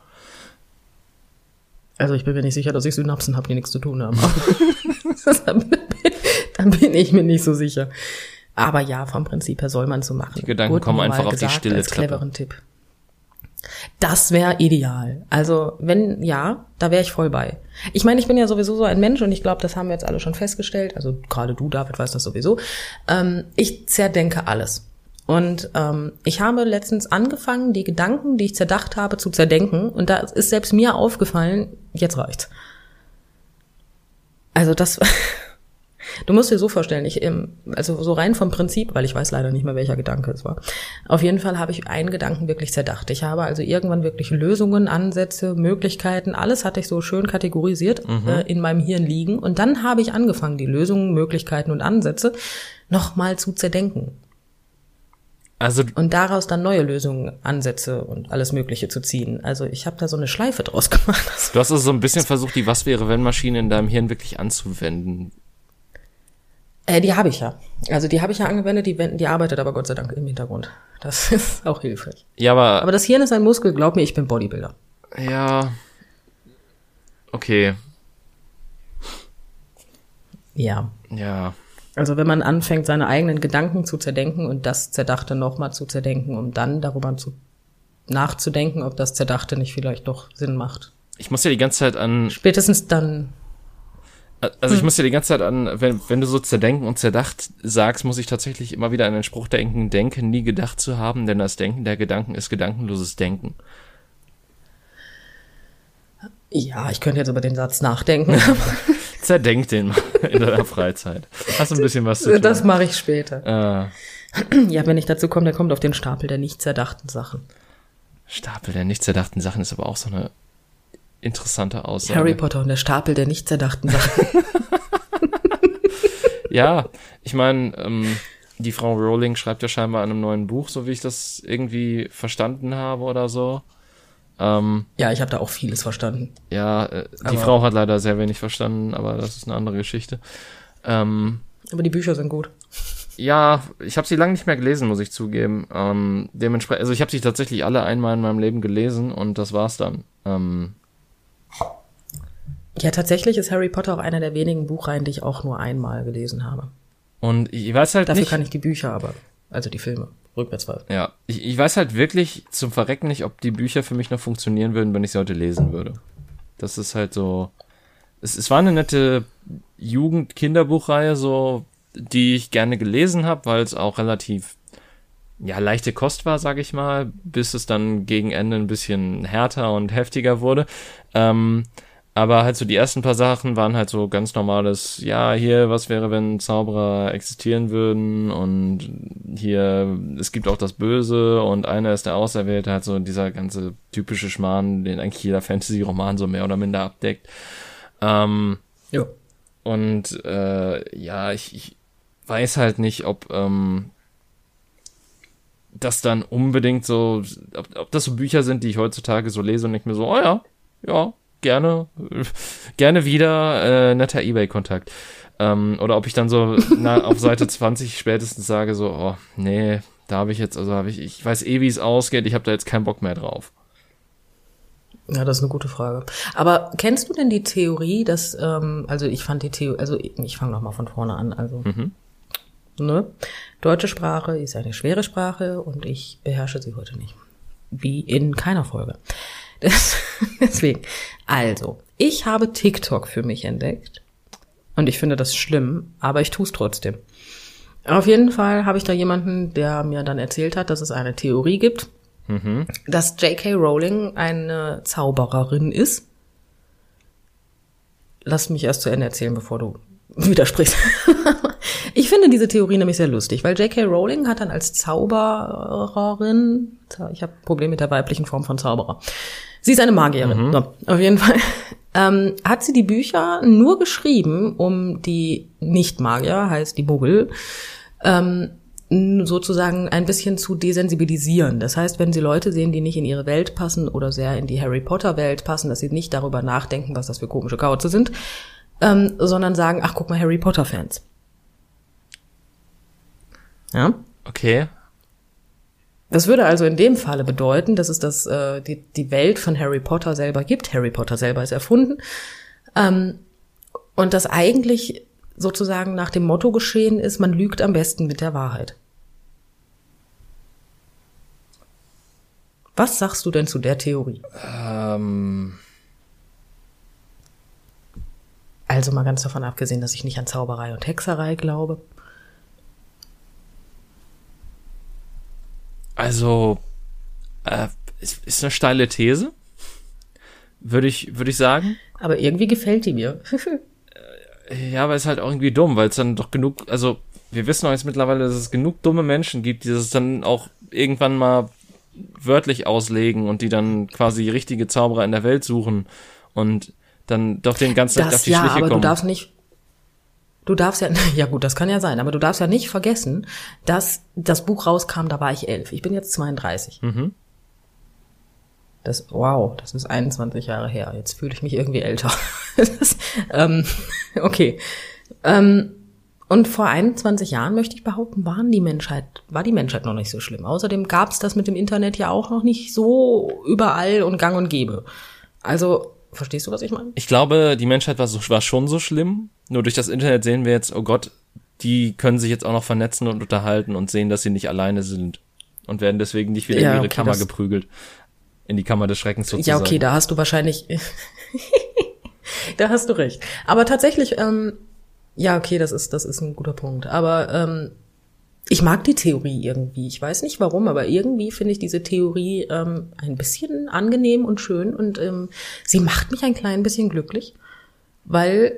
Also ich bin mir nicht sicher, dass ich Synapsen habe, die nichts zu tun haben. Dann bin ich mir nicht so sicher. Aber ja, vom Prinzip her soll man so machen. Die Gedanken kommen einfach auf die stille als Treppe. Cleveren Tipp. Das wäre ideal. Also wenn, ja, da wäre ich voll bei. Ich meine, ich bin ja sowieso so ein Mensch und ich glaube, das haben wir jetzt alle schon festgestellt. Also gerade du, David, weißt das sowieso. Ähm, ich zerdenke alles. Und ähm, ich habe letztens angefangen, die Gedanken, die ich zerdacht habe, zu zerdenken. Und da ist selbst mir aufgefallen, jetzt reicht's. Also das, Du musst dir so vorstellen, ich, also so rein vom Prinzip, weil ich weiß leider nicht mehr, welcher Gedanke es war. Auf jeden Fall habe ich einen Gedanken wirklich zerdacht. Ich habe also irgendwann wirklich Lösungen, Ansätze, Möglichkeiten, alles hatte ich so schön kategorisiert mhm. äh, in meinem Hirn liegen. Und dann habe ich angefangen, die Lösungen, Möglichkeiten und Ansätze nochmal zu zerdenken. Also und daraus dann neue Lösungen, Ansätze und alles Mögliche zu ziehen. Also ich habe da so eine Schleife draus gemacht. Du hast also so ein bisschen versucht, die Was-wäre-wenn-Maschine in deinem Hirn wirklich anzuwenden. Äh, die habe ich ja. Also die habe ich ja angewendet, die, die arbeitet aber Gott sei Dank im Hintergrund. Das ist auch hilfreich. Ja, aber... Aber das Hirn ist ein Muskel, glaub mir, ich bin Bodybuilder. Ja. Okay. Ja. Ja. Also wenn man anfängt, seine eigenen Gedanken zu zerdenken und das Zerdachte nochmal zu zerdenken, um dann darüber zu nachzudenken, ob das Zerdachte nicht vielleicht doch Sinn macht. Ich muss ja die ganze Zeit an... Spätestens dann... Also hm. ich muss ja die ganze Zeit an, wenn, wenn du so zerdenken und zerdacht sagst, muss ich tatsächlich immer wieder an den Spruch denken, denken, nie gedacht zu haben, denn das Denken der Gedanken ist gedankenloses Denken. Ja, ich könnte jetzt über den Satz nachdenken. Zerdenk den mal in deiner Freizeit. Hast du ein bisschen was zu tun? Das mache ich später. Ah. Ja, wenn ich dazu komme, der kommt auf den Stapel der nicht zerdachten Sachen. Stapel der nicht zerdachten Sachen ist aber auch so eine interessante Aussage. Harry Potter und der Stapel der nicht zerdachten Sachen. Ja, ich meine, ähm, die Frau Rowling schreibt ja scheinbar an einem neuen Buch, so wie ich das irgendwie verstanden habe oder so. Ähm, ja, ich habe da auch vieles verstanden. Ja, äh, die aber Frau hat leider sehr wenig verstanden, aber das ist eine andere Geschichte. Ähm, aber die Bücher sind gut. Ja, ich habe sie lange nicht mehr gelesen, muss ich zugeben. Ähm, dementsprechend, also ich habe sie tatsächlich alle einmal in meinem Leben gelesen und das war's dann. Ähm, ja, tatsächlich ist Harry Potter auch einer der wenigen Buchreihen, die ich auch nur einmal gelesen habe. Und ich weiß halt Dafür nicht... Dafür kann ich die Bücher aber, also die Filme. Rückwärts war. Ja, ich, ich weiß halt wirklich zum Verrecken nicht, ob die Bücher für mich noch funktionieren würden, wenn ich sie heute lesen würde. Das ist halt so... Es, es war eine nette Jugend-Kinderbuchreihe, so, die ich gerne gelesen habe, weil es auch relativ, ja, leichte Kost war, sag ich mal, bis es dann gegen Ende ein bisschen härter und heftiger wurde. Ähm... Aber halt so die ersten paar Sachen waren halt so ganz normales, ja, hier, was wäre, wenn Zauberer existieren würden und hier, es gibt auch das Böse und einer ist der Auserwählte, halt so dieser ganze typische Schmarrn, den eigentlich jeder Fantasy-Roman so mehr oder minder abdeckt. Ähm, ja. Und äh, ja, ich, ich weiß halt nicht, ob ähm, das dann unbedingt so, ob, ob das so Bücher sind, die ich heutzutage so lese und nicht mehr so, oh ja, ja, gerne, gerne wieder äh, netter eBay-Kontakt. Ähm, oder ob ich dann so na, auf Seite zwanzig spätestens sage so, oh, nee, da habe ich jetzt, also habe ich, ich weiß eh, wie es ausgeht, ich habe da jetzt keinen Bock mehr drauf. Ja, das ist eine gute Frage. Aber kennst du denn die Theorie, dass, ähm, also ich fand die Theorie, also ich, ich fange nochmal von vorne an, also, mhm. ne? Deutsche Sprache ist eine schwere Sprache und ich beherrsche sie heute nicht. Wie in keiner Folge. Das, deswegen. Also, ich habe TikTok für mich entdeckt und ich finde das schlimm, aber ich tue es trotzdem. Auf jeden Fall habe ich da jemanden, der mir dann erzählt hat, dass es eine Theorie gibt, mhm. dass J K Rowling eine Zaubererin ist. Lass mich erst zu Ende erzählen, bevor du widersprichst. Ich finde diese Theorie nämlich sehr lustig, weil J K Rowling hat dann als Zaubererin, ich habe ein Problem mit der weiblichen Form von Zauberer, sie ist eine Magierin, mhm. so, auf jeden Fall, ähm, hat sie die Bücher nur geschrieben, um die Nicht-Magier, heißt die Muggel, ähm, sozusagen ein bisschen zu desensibilisieren. Das heißt, wenn sie Leute sehen, die nicht in ihre Welt passen oder sehr in die Harry Potter Welt passen, dass sie nicht darüber nachdenken, was das für komische Kauze sind, ähm, sondern sagen, ach, guck mal, Harry Potter Fans. Ja? Okay. Das würde also in dem Falle bedeuten, dass es das, äh, die, die Welt von Harry Potter selber gibt. Harry Potter selber ist erfunden. Ähm, und das eigentlich sozusagen nach dem Motto geschehen ist, man lügt am besten mit der Wahrheit. Was sagst du denn zu der Theorie? Ähm. Also mal ganz davon abgesehen, dass ich nicht an Zauberei und Hexerei glaube. Also, äh, ist, ist eine steile These, würde ich, würde ich sagen. Aber irgendwie gefällt die mir. Ja, aber ist halt auch irgendwie dumm, weil es dann doch genug, also wir wissen auch jetzt mittlerweile, dass es genug dumme Menschen gibt, die das dann auch irgendwann mal wörtlich auslegen und die dann quasi richtige Zauberer in der Welt suchen und dann doch den ganzen Tag auf die ja, Schliche aber kommen. Du darfst nicht, du darfst ja, ja gut, das kann ja sein, aber du darfst ja nicht vergessen, dass das Buch rauskam, da war ich elf. Ich bin jetzt zweiunddreißig. Mhm. Das, wow, das ist einundzwanzig Jahre her. Jetzt fühle ich mich irgendwie älter. das, ähm, okay. Ähm, und vor einundzwanzig Jahren, möchte ich behaupten, waren die Menschheit, war die Menschheit noch nicht so schlimm. Außerdem gab es das mit dem Internet ja auch noch nicht so überall und gang und gäbe. Also, verstehst du, was ich meine? Ich glaube, die Menschheit war, so, war schon so schlimm. Nur durch das Internet sehen wir jetzt, oh Gott, die können sich jetzt auch noch vernetzen und unterhalten und sehen, dass sie nicht alleine sind. Und werden deswegen nicht wieder ja, in ihre okay, Kammer geprügelt. In die Kammer des Schreckens sozusagen. Ja, okay, da hast du wahrscheinlich, da hast du recht. Aber tatsächlich, ähm, ja, okay, das ist, das ist ein guter Punkt. Aber ähm, ich mag die Theorie irgendwie. Ich weiß nicht warum, aber irgendwie finde ich diese Theorie ähm, ein bisschen angenehm und schön und ähm, sie macht mich ein klein bisschen glücklich, weil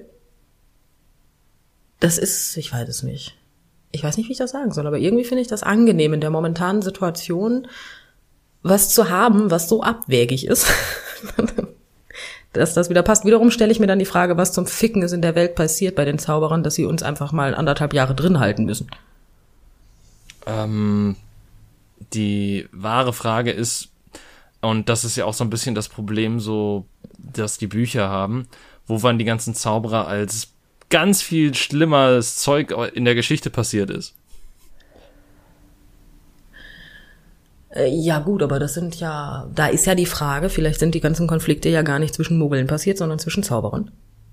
das ist, ich weiß es nicht. Ich weiß nicht, wie ich das sagen soll, aber irgendwie finde ich das angenehm in der momentanen Situation, was zu haben, was so abwegig ist, dass das wieder passt. Wiederum stelle ich mir dann die Frage, was zum Ficken ist in der Welt passiert bei den Zauberern, dass sie uns einfach mal anderthalb Jahre drin halten müssen. Ähm, die wahre Frage ist, und das ist ja auch so ein bisschen das Problem, so, dass die Bücher haben, wo waren die ganzen Zauberer, als ganz viel schlimmeres Zeug in der Geschichte passiert ist? Ja gut, aber das sind ja, da ist ja die Frage, vielleicht sind die ganzen Konflikte ja gar nicht zwischen Muggeln passiert, sondern zwischen Zauberern.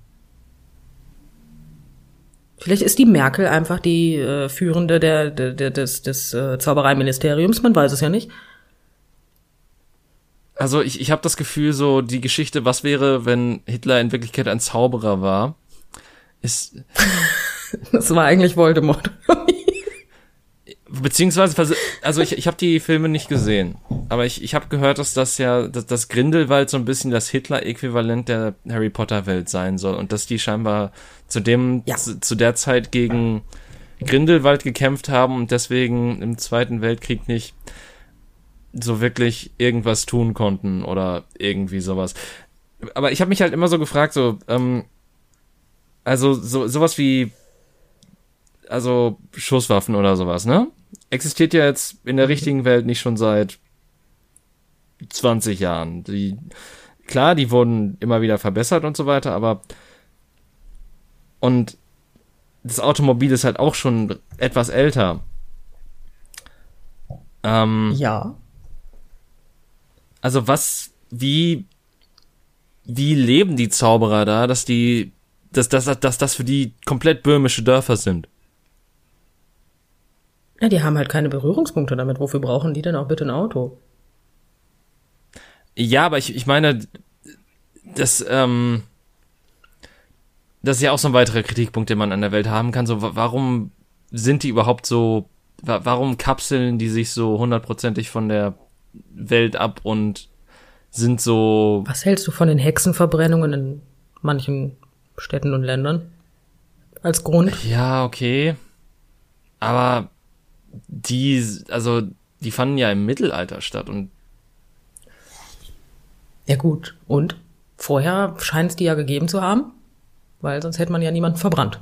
Vielleicht ist die Merkel einfach die äh, Führende der, der, der des, des äh, Zaubereiministeriums, man weiß es ja nicht. Also ich, ich habe das Gefühl, so die Geschichte, was wäre, wenn Hitler in Wirklichkeit ein Zauberer war, ist... Das war eigentlich Voldemort. Beziehungsweise, also ich, ich habe die Filme nicht gesehen, aber ich, ich habe gehört, dass das ja, dass das Grindelwald so ein bisschen das Hitler-Äquivalent der Harry Potter-Welt sein soll und dass die scheinbar zu dem, ja. zu, zu der Zeit gegen Grindelwald gekämpft haben und deswegen im Zweiten Weltkrieg nicht so wirklich irgendwas tun konnten oder irgendwie sowas. Aber ich habe mich halt immer so gefragt, so, ähm, also so sowas wie, also Schusswaffen oder sowas, ne? Existiert ja jetzt in der richtigen Welt nicht schon seit zwanzig Jahren. Die, klar, die wurden immer wieder verbessert und so weiter, aber und das Automobil ist halt auch schon etwas älter. Ähm, ja. Also was, wie, wie leben die Zauberer da, dass die, dass, dass, dass das für die komplett böhmische Dörfer sind? Ja, die haben halt keine Berührungspunkte damit. Wofür brauchen die denn auch bitte ein Auto? Ja, aber ich, ich meine, das, ähm, das ist ja auch so ein weiterer Kritikpunkt, den man an der Welt haben kann. So, warum sind die überhaupt so, warum kapseln die sich so hundertprozentig von der Welt ab und sind so... Was hältst du von den Hexenverbrennungen in manchen Städten und Ländern? Als Grund? Ja, okay. Aber die, also, die fanden ja im Mittelalter statt und... Ja gut, und? Vorher scheint es die ja gegeben zu haben, weil sonst hätte man ja niemanden verbrannt.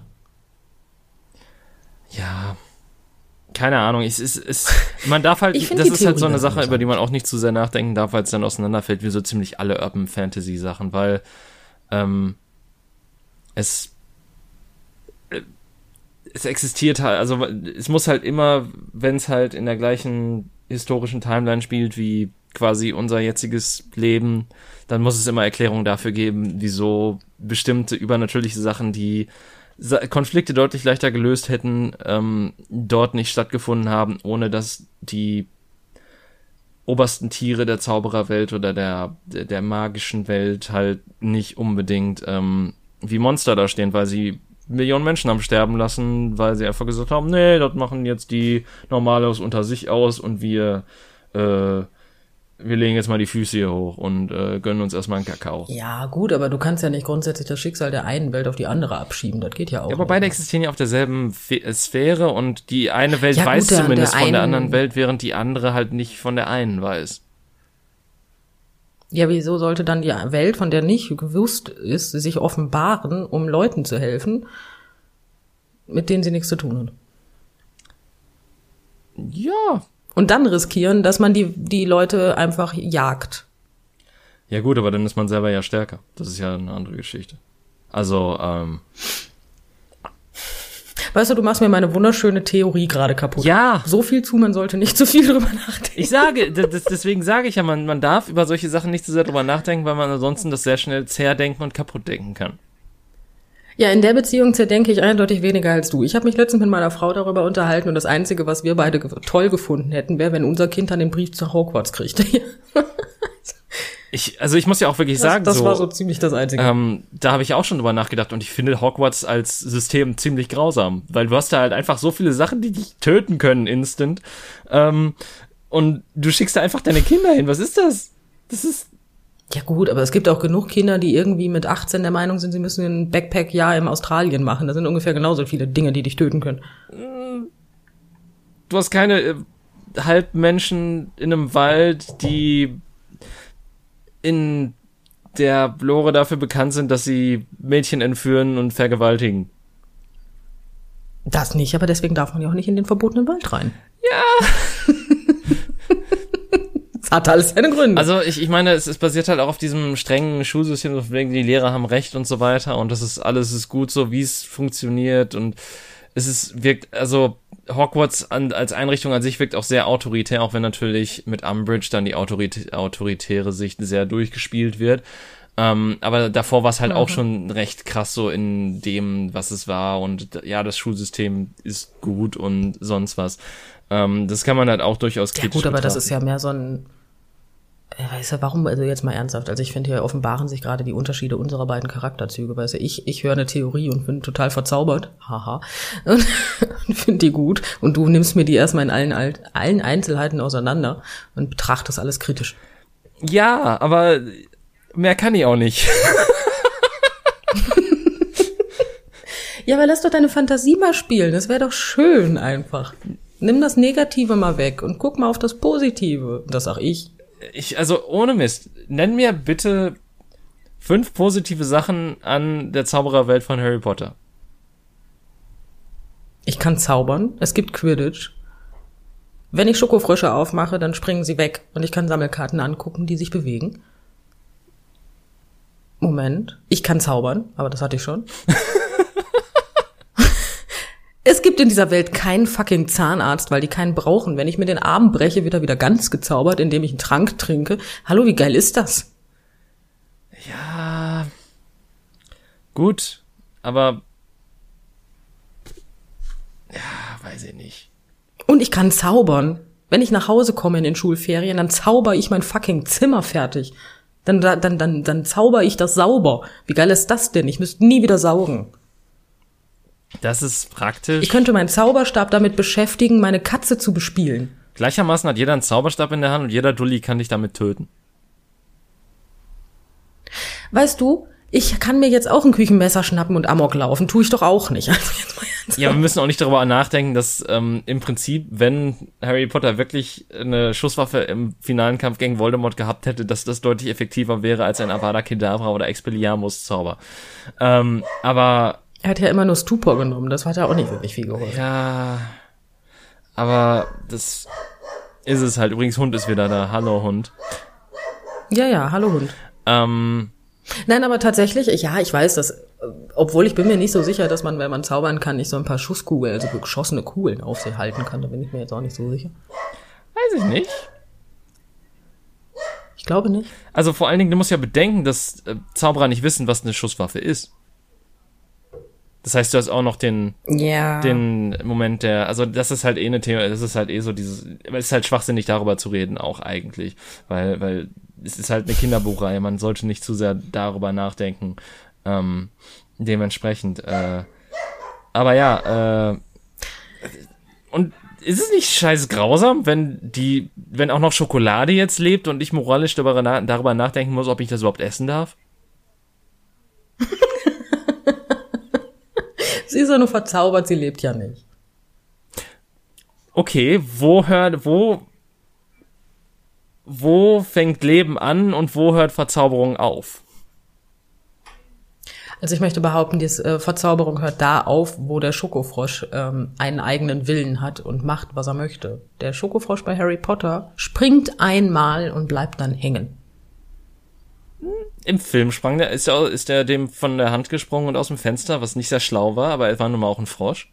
Ja, keine Ahnung, es ist, es, man darf halt, das ist Theorie halt so eine Sache, über die man auch nicht zu sehr nachdenken darf, weil es dann auseinanderfällt, wie so ziemlich alle Urban Fantasy Sachen, weil, ähm, es, äh, es existiert halt, also es muss halt immer, wenn es halt in der gleichen historischen Timeline spielt wie quasi unser jetziges Leben, dann muss es immer Erklärungen dafür geben, wieso bestimmte übernatürliche Sachen, die Konflikte deutlich leichter gelöst hätten, ähm, dort nicht stattgefunden haben, ohne dass die obersten Tiere der Zaubererwelt oder der, der, der magischen Welt halt nicht unbedingt ähm, wie Monster da stehen, weil sie Millionen Menschen haben sterben lassen, weil sie einfach gesagt haben, nee, das machen jetzt die Normalos unter sich aus und wir äh, wir legen jetzt mal die Füße hier hoch und äh, gönnen uns erstmal einen Kakao. Ja, gut, aber du kannst ja nicht grundsätzlich das Schicksal der einen Welt auf die andere abschieben. Das geht ja auch. Ja, aber beide existieren ja auf derselben Fe- Sphäre und die eine Welt Ja, weiß gut, der- zumindest der von der einen- anderen Welt, während die andere halt nicht von der einen weiß. Ja, wieso sollte dann die Welt, von der nicht gewusst ist, sich offenbaren, um Leuten zu helfen, mit denen sie nichts zu tun hat? Ja. Und dann riskieren, dass man die, die Leute einfach jagt. Ja gut, aber dann ist man selber ja stärker. Das ist ja eine andere Geschichte. Also, ähm... Weißt du, du machst mir meine wunderschöne Theorie gerade kaputt. Ja. So viel zu, man sollte nicht zu viel drüber nachdenken. Ich sage, d- d- deswegen sage ich ja, man, man darf über solche Sachen nicht zu sehr drüber nachdenken, weil man ansonsten das sehr schnell zerdenken und kaputt denken kann. Ja, in der Beziehung zerdenke ich eindeutig weniger als du. Ich habe mich letztens mit meiner Frau darüber unterhalten und das Einzige, was wir beide ge- toll gefunden hätten, wäre, wenn unser Kind dann den Brief zu Hogwarts kriegte. Ich, also ich muss ja auch wirklich Das, sagen, das so, war so ziemlich das Einzige. ähm, da habe ich auch schon drüber nachgedacht und ich finde Hogwarts als System ziemlich grausam, weil du hast da halt einfach so viele Sachen, die dich töten können instant, ähm, und du schickst da einfach deine Kinder hin. Was ist das? Das ist Ja gut, aber es gibt auch genug Kinder, die irgendwie mit achtzehn der Meinung sind, sie müssen ein Backpack-Jahr in Australien machen. Das sind ungefähr genauso viele Dinge, die dich töten können. Du hast keine äh, Halbmenschen in einem Wald, die in der Lore dafür bekannt sind, dass sie Mädchen entführen und vergewaltigen. Das nicht, aber deswegen darf man ja auch nicht in den verbotenen Wald rein. Ja. Das hat alles seine Gründe. Also ich, ich meine, es, es basiert halt auch auf diesem strengen Schulsystem, so von wegen, die Lehrer haben Recht und so weiter und das ist alles ist gut so, wie es funktioniert und es ist, wirkt, also Hogwarts an, als Einrichtung an sich wirkt auch sehr autoritär, auch wenn natürlich mit Umbridge dann die autorit- autoritäre Sicht sehr durchgespielt wird. Ähm, aber davor war es halt mhm. auch schon recht krass so in dem, was es war und ja, das Schulsystem ist gut und sonst was. Ähm, das kann man halt auch durchaus kritisch Ja gut, aber betrachten. das ist ja mehr so ein, weißt du, warum, also jetzt mal ernsthaft, also ich finde, hier offenbaren sich gerade die Unterschiede unserer beiden Charakterzüge, weißt du, ich, ich höre eine Theorie und bin total verzaubert, haha, und finde die gut und du nimmst mir die erstmal in allen, allen Einzelheiten auseinander und betrachtest alles kritisch. Ja, aber mehr kann ich auch nicht. Ja, aber lass doch deine Fantasie mal spielen, das wäre doch schön einfach. Nimm das Negative mal weg und guck mal auf das Positive, das sag ich. Ich, also ohne Mist, nenn mir bitte fünf positive Sachen an der Zaubererwelt von Harry Potter. Ich kann zaubern, es gibt Quidditch. Wenn ich Schokofrösche aufmache, dann springen sie weg und ich kann Sammelkarten angucken, die sich bewegen. Moment, ich kann zaubern, aber das hatte ich schon. Es gibt in dieser Welt keinen fucking Zahnarzt, weil die keinen brauchen. Wenn ich mir den Arm breche, wird er wieder ganz gezaubert, indem ich einen Trank trinke. Hallo, wie geil ist das? Ja, gut, aber ja, weiß ich nicht. Und ich kann zaubern. Wenn ich nach Hause komme in den Schulferien, dann zauber ich mein fucking Zimmer fertig. Dann, dann, dann, dann zauber ich das sauber. Wie geil ist das denn? Ich müsste nie wieder saugen. Das ist praktisch. Ich könnte meinen Zauberstab damit beschäftigen, meine Katze zu bespielen. Gleichermaßen hat jeder einen Zauberstab in der Hand und jeder Dulli kann dich damit töten. Weißt du, ich kann mir jetzt auch ein Küchenmesser schnappen und Amok laufen. Tue ich doch auch nicht. Also jetzt mal ernsthaft. Ja, wir müssen auch nicht darüber nachdenken, dass ähm, im Prinzip, wenn Harry Potter wirklich eine Schusswaffe im finalen Kampf gegen Voldemort gehabt hätte, dass das deutlich effektiver wäre als ein Avada Kedavra oder Expelliarmus-Zauber. Ähm, aber Er hat ja immer nur Stupor genommen, das hat ja auch nicht wirklich viel geholfen. ja, aber das ist es halt. Übrigens, Hund ist wieder da. Hallo, Hund. Ja, ja, hallo Hund. Ähm, Nein, aber tatsächlich, ich, ja, ich weiß, dass, äh, obwohl ich bin mir nicht so sicher, dass man, wenn man zaubern kann, nicht so ein paar Schusskugeln, also geschossene Kugeln auf sich halten kann. Da bin ich mir jetzt auch nicht so sicher. weiß ich nicht. Ich glaube nicht. Also vor allen Dingen, du musst ja bedenken, dass äh, Zauberer nicht wissen, was eine Schusswaffe ist. Das heißt, du hast auch noch den Ja. den Moment der, also das ist halt eh eine Thema, das ist halt eh so dieses, aber es ist halt schwachsinnig darüber zu reden auch eigentlich, weil weil es ist halt eine Kinderbuchreihe, man sollte nicht zu sehr darüber nachdenken, ähm, dementsprechend, äh, aber ja, äh, und ist es nicht scheiß grausam, wenn die, wenn auch noch Schokolade jetzt lebt und ich moralisch darüber, darüber nachdenken muss, ob ich das überhaupt essen darf? Sie ist ja nur verzaubert, sie lebt ja nicht. Okay, wo hört, wo, wo fängt Leben an und wo hört Verzauberung auf? Also ich möchte behaupten, die äh, Verzauberung hört da auf, wo der Schokofrosch ähm, einen eigenen Willen hat und macht, was er möchte. Der Schokofrosch bei Harry Potter springt einmal und bleibt dann hängen. Im Film sprang der, ist der, ist der dem von der Hand gesprungen und aus dem Fenster, was nicht sehr schlau war, aber er war nun mal auch ein Frosch.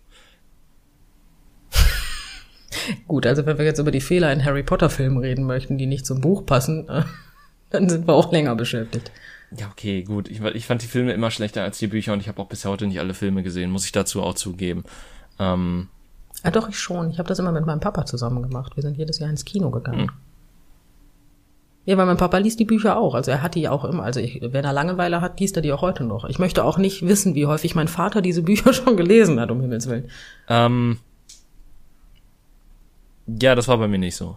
Gut, also wenn wir jetzt über die Fehler in Harry Potter Filmen reden möchten, die nicht zum Buch passen, äh, dann sind wir auch länger beschäftigt. Ja, okay, gut. Ich, ich fand die Filme immer schlechter als die Bücher und ich habe auch bis heute nicht alle Filme gesehen, muss ich dazu auch zugeben. Ähm, ja, doch, ich schon. Ich habe das immer mit meinem Papa zusammen gemacht. Wir sind jedes Jahr ins Kino gegangen. Mhm. Ja, weil mein Papa liest die Bücher auch. Also er hat die auch immer. Also ich, wenn er Langeweile hat, liest er die auch heute noch. Ich möchte auch nicht wissen, wie häufig mein Vater diese Bücher schon gelesen hat, um Himmels Willen. Ähm, ja, das war bei mir nicht so.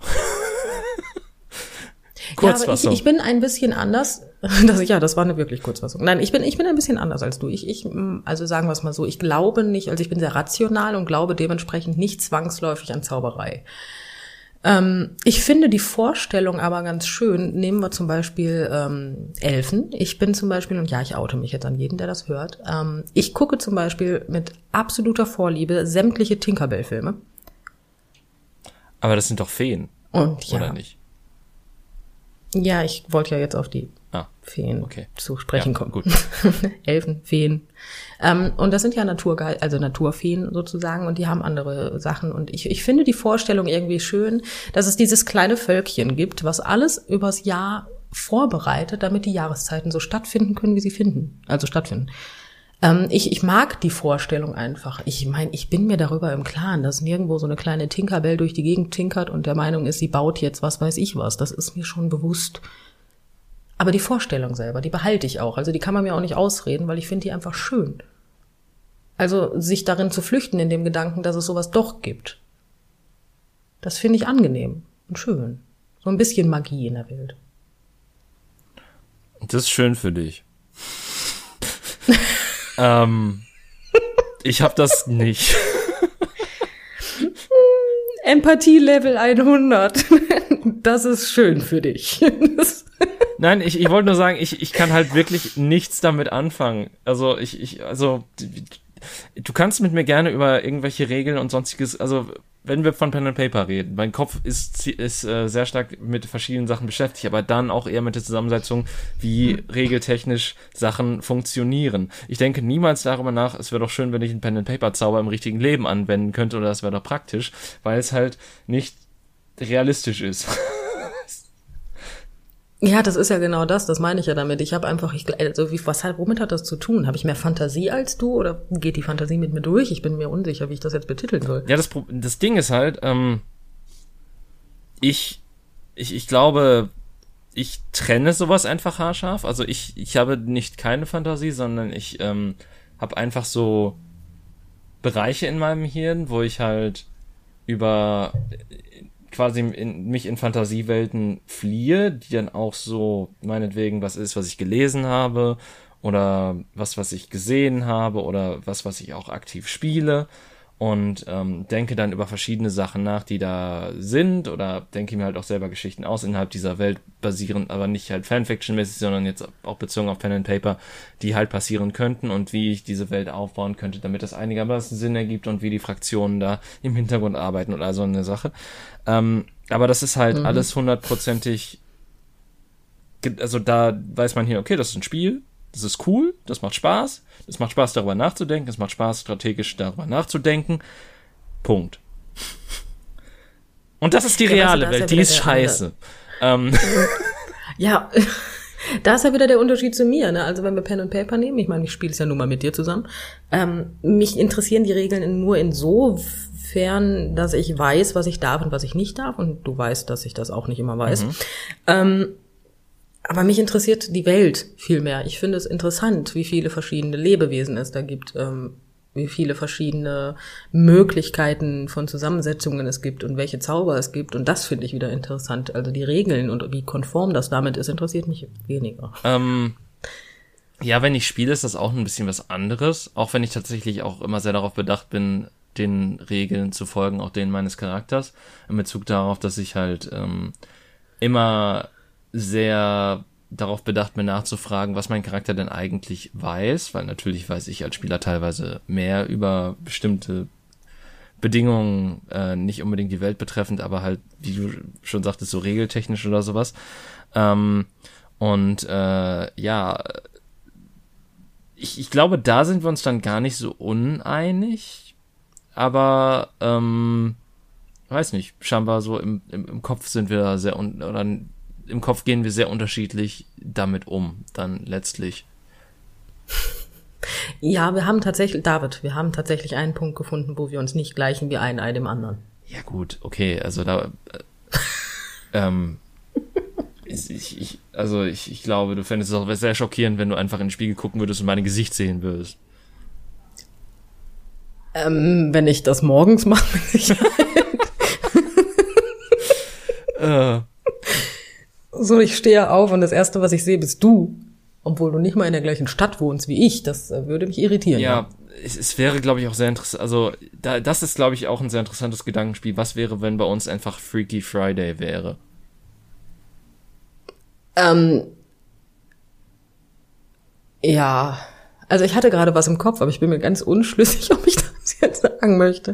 Kurzfassung. Ja, ich, ich bin ein bisschen anders. Das, ja, das war eine wirklich Kurzfassung. Nein, ich bin, ich bin ein bisschen anders als du. Ich, ich, also sagen wir es mal so, ich glaube nicht, also ich bin sehr rational und glaube dementsprechend nicht zwangsläufig an Zauberei. Ähm, ich finde die Vorstellung aber ganz schön. Nehmen wir zum Beispiel ähm, Elfen. Ich bin zum Beispiel, und ja, ich oute mich jetzt an jeden, der das hört, ähm, ich gucke zum Beispiel mit absoluter Vorliebe sämtliche Tinkerbell-Filme. Aber das sind doch Feen. Und ja. Oder nicht? Ja, ich wollte ja jetzt auf die ah, Feen okay. zu sprechen ja, kommen. Gut. Elfen, Feen. Ähm, und das sind ja Naturge- also Naturfeen sozusagen und die haben andere Sachen. Und ich, ich finde die Vorstellung irgendwie schön, dass es dieses kleine Völkchen gibt, was alles übers Jahr vorbereitet, damit die Jahreszeiten so stattfinden können, wie sie finden. Also stattfinden. Ähm, ich, ich mag die Vorstellung einfach. Ich meine, ich bin mir darüber im Klaren, dass nirgendwo so eine kleine Tinkerbell durch die Gegend tinkert und der Meinung ist, sie baut jetzt was weiß ich was. Das ist mir schon bewusst. Aber die Vorstellung selber, die behalte ich auch. Also die kann man mir auch nicht ausreden, weil ich finde die einfach schön. Also sich darin zu flüchten in dem Gedanken, dass es sowas doch gibt. Das finde ich angenehm und schön. So ein bisschen Magie in der Welt. Das ist schön für dich. ähm, ich hab das nicht. Empathie-Level hundert. Das ist schön für dich. Nein, ich, ich wollte nur sagen, ich, ich kann halt wirklich nichts damit anfangen. Also ich, ich, also du kannst mit mir gerne über irgendwelche Regeln und sonstiges, also wenn wir von Pen and Paper reden, mein Kopf ist, ist äh, sehr stark mit verschiedenen Sachen beschäftigt, aber dann auch eher mit der Zusammensetzung, wie regeltechnisch Sachen funktionieren. Ich denke niemals darüber nach, es wäre doch schön, wenn ich einen Pen and Paper Zauber im richtigen Leben anwenden könnte, oder das wäre doch praktisch, weil es halt nicht realistisch ist. Ja, das ist ja genau das, das meine ich ja damit. Ich habe einfach, ich, also wie, was hat, womit hat das zu tun? Habe ich mehr Fantasie als du oder geht die Fantasie mit mir durch? Ich bin mir unsicher, wie ich das jetzt betiteln soll. Ja, das, das Ding ist halt, ähm, ich, ich, ich glaube, ich trenne sowas einfach haarscharf. Also ich, ich habe nicht keine Fantasie, sondern ich ähm, habe einfach so Bereiche in meinem Hirn, wo ich halt über quasi in, mich in Fantasiewelten fliehe, die dann auch so meinetwegen was ist, was ich gelesen habe oder was, was ich gesehen habe oder was, was ich auch aktiv spiele und ähm, denke dann über verschiedene Sachen nach, die da sind oder denke mir halt auch selber Geschichten aus innerhalb dieser Welt basierend, aber nicht halt Fanfiction-mäßig, sondern jetzt auch bezogen auf Pen and Paper, die halt passieren könnten und wie ich diese Welt aufbauen könnte, damit das einigermaßen Sinn ergibt und wie die Fraktionen da im Hintergrund arbeiten oder so eine Sache. Ähm, aber das ist halt mhm. alles hundertprozentig, also da weiß man hier, okay, das ist ein Spiel, das ist cool, das macht Spaß, es macht Spaß darüber nachzudenken, es macht Spaß strategisch darüber nachzudenken, Punkt. Und das ist die reale ja, Welt, ist ja die ist scheiße. Ähm. Ja, da ist ja wieder der Unterschied zu mir, ne? Also wenn wir Pen and Paper nehmen, ich meine, ich spiele es ja nun mal mit dir zusammen, ähm, mich interessieren die Regeln nur insofern, dass ich weiß, was ich darf und was ich nicht darf und du weißt, dass ich das auch nicht immer weiß. Mhm. Ähm, aber mich interessiert die Welt viel mehr. Ich finde es interessant, wie viele verschiedene Lebewesen es da gibt. Ähm, wie viele verschiedene Möglichkeiten von Zusammensetzungen es gibt und welche Zauber es gibt. Und das finde ich wieder interessant. Also die Regeln und wie konform das damit ist, interessiert mich weniger. Ähm, ja, wenn ich spiele, ist das auch ein bisschen was anderes. Auch wenn ich tatsächlich auch immer sehr darauf bedacht bin, den Regeln zu folgen, auch denen meines Charakters. In Bezug darauf, dass ich halt ähm, immer sehr darauf bedacht bin, nachzufragen, was mein Charakter denn eigentlich weiß, weil natürlich weiß ich als Spieler teilweise mehr über bestimmte Bedingungen, äh, nicht unbedingt die Welt betreffend, aber halt, wie du schon sagtest, so regeltechnisch oder sowas. Ähm, und äh, ja, ich, ich glaube, da sind wir uns dann gar nicht so uneinig, aber ähm, weiß nicht, scheinbar so im, im, im Kopf sind wir sehr un- oder im Kopf gehen wir sehr unterschiedlich damit um, dann letztlich. Ja, wir haben tatsächlich, David, wir haben tatsächlich einen Punkt gefunden, wo wir uns nicht gleichen wie ein Ei dem anderen. Ja gut, okay, also da, äh, ähm, ich, ich, also ich, ich glaube, du fändest es auch sehr schockierend, wenn du einfach in den Spiegel gucken würdest und mein Gesicht sehen würdest. Ähm, wenn ich das morgens mache, mit Sicherheit. äh. So, ich stehe auf und das Erste, was ich sehe, bist du. Obwohl du nicht mal in der gleichen Stadt wohnst wie ich. Das äh, würde mich irritieren. Ja, es, es wäre, glaube ich, auch sehr interessant. Also, da, das ist, glaube ich, auch ein sehr interessantes Gedankenspiel. Was wäre, wenn bei uns einfach Freaky Friday wäre? Ähm, ja, also ich hatte gerade was im Kopf, aber ich bin mir ganz unschlüssig, ob ich das jetzt sagen möchte.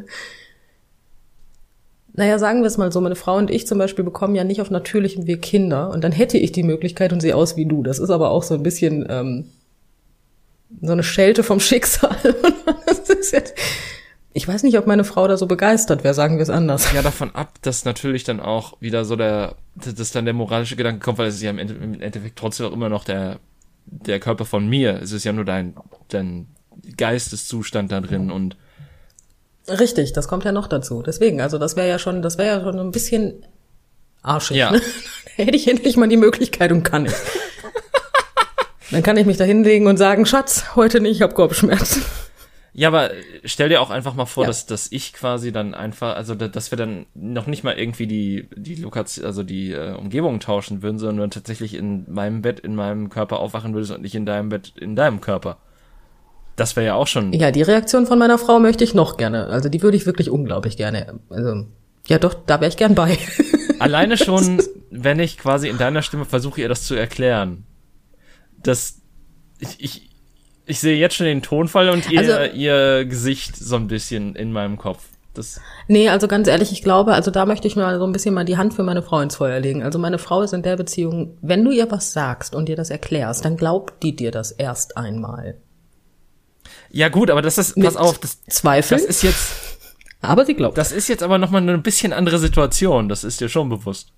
Naja, sagen wir es mal so, meine Frau und ich zum Beispiel bekommen ja nicht auf natürlichem Weg Kinder und dann hätte ich die Möglichkeit und sehe aus wie du. Das ist aber auch so ein bisschen ähm, so eine Schelte vom Schicksal. Das ist jetzt, ich weiß nicht, ob meine Frau da so begeistert wäre, sagen wir es anders. Ja, davon ab, dass natürlich dann auch wieder so der, dass dann der moralische Gedanke kommt, weil es ist ja im Endeffekt trotzdem auch immer noch der, der Körper von mir. Es ist ja nur dein, dein Geisteszustand da drin und Richtig, das kommt ja noch dazu. Deswegen, also das wäre ja schon, das wäre ja schon ein bisschen arschig. Ja. Ne? Da hätte ich endlich mal die Möglichkeit und kann ich. Dann kann ich mich da hinlegen und sagen, Schatz, heute nicht, ich hab Kopfschmerzen. Ja, aber stell dir auch einfach mal vor, Ja. dass, dass ich quasi dann einfach, also da- dass wir dann noch nicht mal irgendwie die, die Lokation, also die äh, Umgebung tauschen würden, sondern tatsächlich in meinem Bett, in meinem Körper aufwachen würdest und nicht in deinem Bett, in deinem Körper. Das wäre ja auch schon. Ja, die Reaktion von meiner Frau möchte ich noch gerne. Also die würde ich wirklich unglaublich gerne. Also ja doch, da wäre ich gern bei. Alleine schon, wenn ich quasi in deiner Stimme versuche, ihr das zu erklären. Das, ich, ich, ich sehe jetzt schon den Tonfall und ihr, Also- ihr Gesicht so ein bisschen in meinem Kopf. Das, Nee, also ganz ehrlich, ich glaube, also da möchte ich mal so ein bisschen mal die Hand für meine Frau ins Feuer legen. Also meine Frau ist in der Beziehung, wenn du ihr was sagst und ihr das erklärst, dann glaubt die dir das erst einmal. ja gut, aber das ist, Mit pass auf, das, Zweifeln, das ist jetzt, aber sie glaubt. das ist jetzt aber nochmal eine bisschen andere Situation. Das ist dir schon bewusst.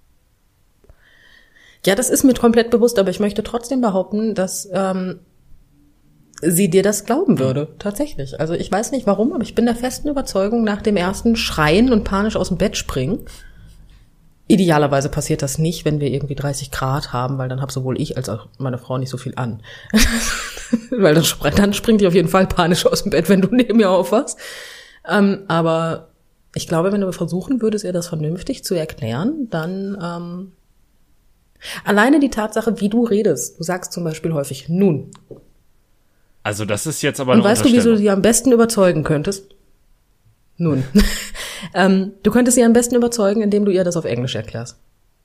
Ja, das ist mir komplett bewusst, aber ich möchte trotzdem behaupten, dass ähm, sie dir das glauben würde, tatsächlich. Also ich weiß nicht warum, aber ich bin der festen Überzeugung, nach dem ersten Schreien und panisch aus dem Bett springen, idealerweise passiert das nicht, wenn wir irgendwie dreißig Grad haben, weil dann hab sowohl ich als auch meine Frau nicht so viel an. Weil dann, spr- dann springt die auf jeden Fall panisch aus dem Bett, wenn du neben mir aufwachst. Ähm, aber ich glaube, wenn du versuchen würdest, ihr das vernünftig zu erklären, dann ähm, alleine die Tatsache, wie du redest. Du sagst zum Beispiel häufig nun. Also das ist jetzt aber Und eine weißt du, wie du Unterstellung. sie am besten überzeugen könntest? Nun. ähm, du könntest sie am besten überzeugen, indem du ihr das auf Englisch erklärst.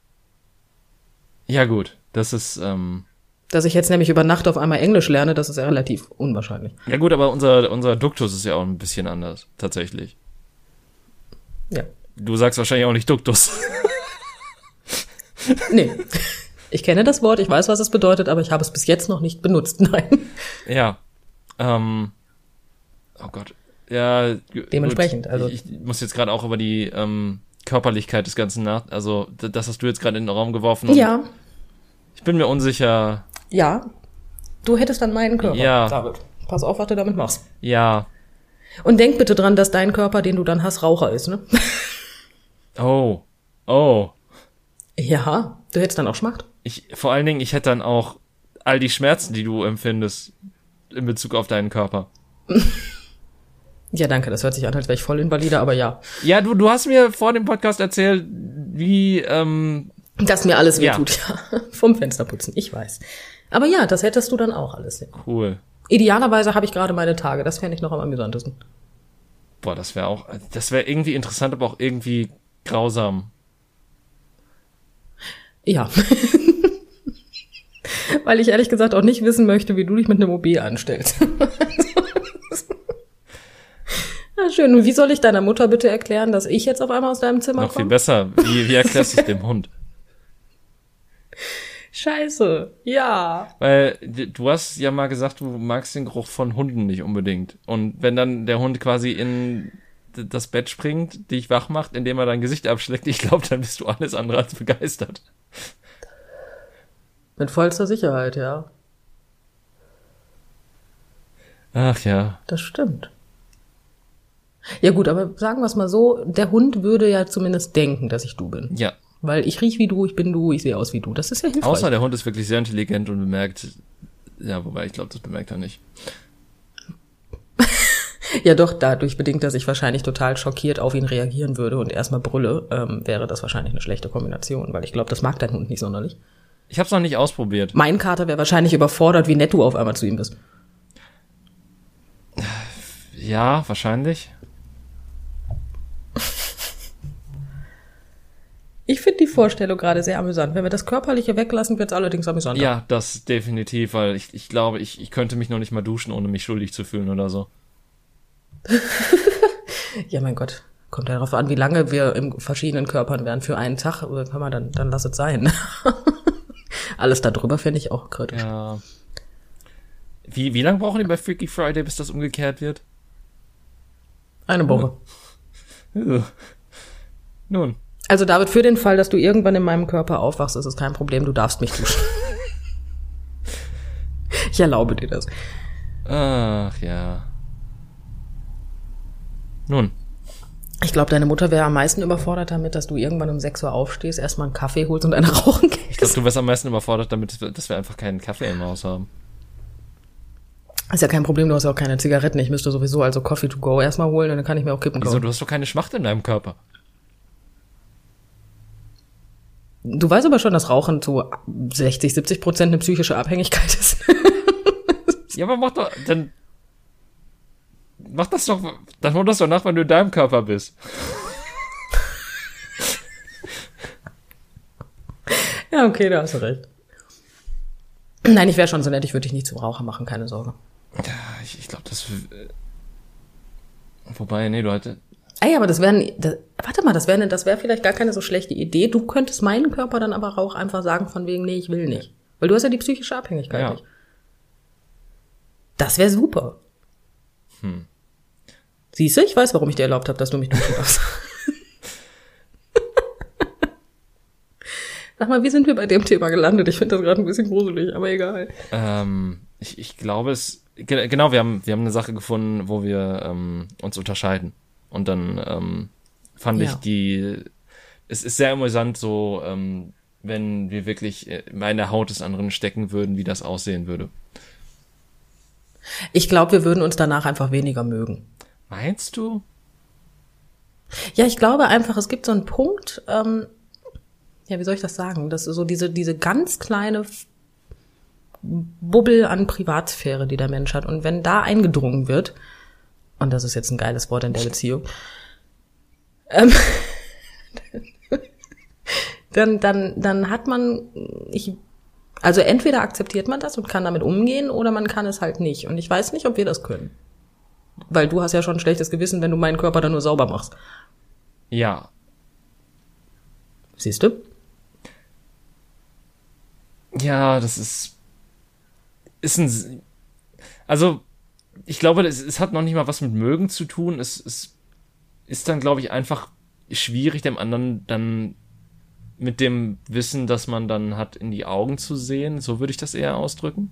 Ja gut, das ist, ähm, Dass ich jetzt nämlich über Nacht auf einmal Englisch lerne, das ist ja relativ unwahrscheinlich. ja gut, aber unser, unser Duktus ist ja auch ein bisschen anders, tatsächlich. Ja. Du sagst wahrscheinlich auch nicht Duktus. Nee. Ich kenne das Wort, ich weiß, was es bedeutet, aber ich habe es bis jetzt noch nicht benutzt. Nein. Ja. Ähm, oh Gott. Ja. g- Dementsprechend, gut. also- Ich, ich muss jetzt gerade auch über die ähm, Körperlichkeit des Ganzen nach... Also, d- das hast du jetzt gerade in den Raum geworfen. und Ja. Ich bin mir unsicher. Ja. Du hättest dann meinen Körper. Ja. David. Pass auf, was du damit machst. Ja. Und denk bitte dran, dass dein Körper, den du dann hast, Raucher ist, ne? Oh. Oh. Ja. Du hättest dann auch Schmacht. Ich, vor allen Dingen, ich hätte dann auch all die Schmerzen, die du empfindest in Bezug auf deinen Körper. Ja, danke, das hört sich an, als wäre ich voll invalide, aber ja. Ja, du, du hast mir vor dem Podcast erzählt, wie, ähm... Dass mir alles Ja. wehtut, ja. Vom Fensterputzen, ich weiß. Aber ja, das hättest du dann auch alles. Ja. Cool. Idealerweise habe ich gerade meine Tage, das fände ich noch am amüsantesten. Boah, das wäre auch, das wäre irgendwie interessant, aber auch irgendwie grausam. Ja. Weil ich ehrlich gesagt auch nicht wissen möchte, wie du dich mit einem O B anstellst. Na schön. Und wie soll ich deiner Mutter bitte erklären, dass ich jetzt auf einmal aus deinem Zimmer Noch viel komme? besser. Wie, wie erklärst du es dem Hund? Scheiße. Ja. Weil du hast ja mal gesagt, du magst den Geruch von Hunden nicht unbedingt. Und wenn dann der Hund quasi in das Bett springt, dich wach macht, indem er dein Gesicht abschleckt, ich glaube, dann bist du alles andere als begeistert. Mit vollster Sicherheit, ja. Ach ja. Das stimmt. Ja gut, aber sagen wir es mal so, der Hund würde ja zumindest denken, dass ich du bin. Ja. Weil ich riech wie du, ich bin du, ich sehe aus wie du. Das ist ja hilfreich. Außer der Hund ist wirklich sehr intelligent und bemerkt, ja, wobei ich glaube, das bemerkt er nicht. Ja doch, dadurch bedingt, dass ich wahrscheinlich total schockiert auf ihn reagieren würde und erstmal brülle, ähm, wäre das wahrscheinlich eine schlechte Kombination, weil ich glaube, das mag dein Hund nicht sonderlich. Ich habe es noch nicht ausprobiert. Mein Kater wäre wahrscheinlich überfordert, wie nett du auf einmal zu ihm bist. Ja, wahrscheinlich. Ich finde die Vorstellung gerade sehr amüsant. Wenn wir das Körperliche weglassen, wird es allerdings amüsanter. Ja, das definitiv, weil ich, ich glaube, ich, ich könnte mich noch nicht mal duschen, ohne mich schuldig zu fühlen oder so. Ja, mein Gott. Kommt ja darauf an, wie lange wir in verschiedenen Körpern wären. Für einen Tag kann man dann, dann lass es sein. Alles darüber finde ich auch kritisch. Ja. Wie, wie lange brauchen die bei Freaky Friday, bis das umgekehrt wird? Eine Woche. Nun. Also David, für den Fall, dass du irgendwann in meinem Körper aufwachst, ist es kein Problem, du darfst mich duschen. Ich erlaube dir das. Ach ja. Nun. Ich glaube, deine Mutter wäre am meisten überfordert damit, dass du irgendwann um sechs Uhr aufstehst, erstmal einen Kaffee holst und eine rauchen gehst. Ich glaube, du wärst am meisten überfordert damit, dass wir einfach keinen Kaffee im Haus haben. Ist ja kein Problem, du hast ja auch keine Zigaretten. Ich müsste sowieso also Coffee to go erstmal holen und dann kann ich mir auch Kippen Wieso? kaufen. Du hast doch keine Schmacht in deinem Körper. Du weißt aber schon, dass Rauchen zu sechzig, siebzig Prozent eine psychische Abhängigkeit ist. Ja, aber mach doch, dann, mach das doch, dann hol das doch nach, wenn du in deinem Körper bist. Ja, okay, da hast du recht. Nein, ich wäre schon so nett, ich würde dich nicht zum Raucher machen, keine Sorge. Ja, ich, ich glaube, das, äh, wobei, nee, du hatte, Ey, aber das wäre, das, warte mal, das wäre das wäre vielleicht gar keine so schlechte Idee. Du könntest meinen Körper dann aber auch einfach sagen von wegen, nee, ich will nicht. Weil du hast ja die psychische Abhängigkeit Ja. nicht. Das wäre super. Hm. Siehst du, ich weiß, warum ich dir erlaubt habe, dass du mich duschen darfst. Sag mal, wie sind wir bei dem Thema gelandet? Ich finde das gerade ein bisschen gruselig, aber egal. ähm, ich, ich glaube es, ge- genau, wir haben, wir haben eine Sache gefunden, wo wir ähm, uns unterscheiden. Und dann ähm, fand Ja. ich die, es ist sehr amüsant so, ähm, wenn wir wirklich in der Haut des anderen stecken würden, wie das aussehen würde. Ich glaube, wir würden uns danach einfach weniger mögen. Meinst du? Ja, ich glaube einfach, es gibt so einen Punkt, ähm, ja, wie soll ich das sagen? Das ist so diese, diese ganz kleine Bubbel an Privatsphäre, die der Mensch hat. Und wenn da eingedrungen wird, und das ist jetzt ein geiles Wort in der Beziehung, ähm, dann, dann, dann hat man, ich, also entweder akzeptiert man das und kann damit umgehen, oder man kann es halt nicht. Und ich weiß nicht, ob wir das können. Weil du hast ja schon ein schlechtes Gewissen, wenn du meinen Körper dann nur sauber machst. Ja. Siehst du? Ja, das ist, ist ein, also, ich glaube, es, es hat noch nicht mal was mit mögen zu tun. Es, es ist dann, glaube ich, einfach schwierig, dem anderen dann mit dem Wissen, das man dann hat, in die Augen zu sehen. So würde ich das eher ausdrücken.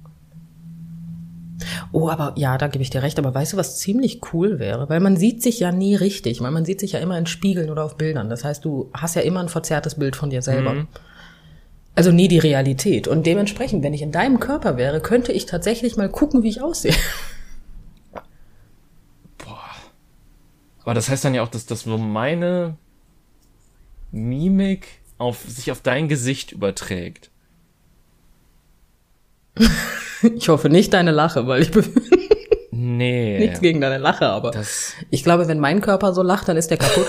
Oh, aber ja, da gebe ich dir recht. Aber weißt du, was ziemlich cool wäre? Weil man sieht sich ja nie richtig. Weil man sieht sich ja immer in Spiegeln oder auf Bildern. Das heißt, du hast ja immer ein verzerrtes Bild von dir selber. Mhm. Also nie die Realität. Und dementsprechend, wenn ich in deinem Körper wäre, könnte ich tatsächlich mal gucken, wie ich aussehe. Boah. Aber das heißt dann ja auch, dass das so meine Mimik auf sich auf dein Gesicht überträgt. Ich hoffe nicht deine Lache, weil ich nee. nichts gegen deine Lache, aber das ich glaube, wenn mein Körper so lacht, dann ist der kaputt.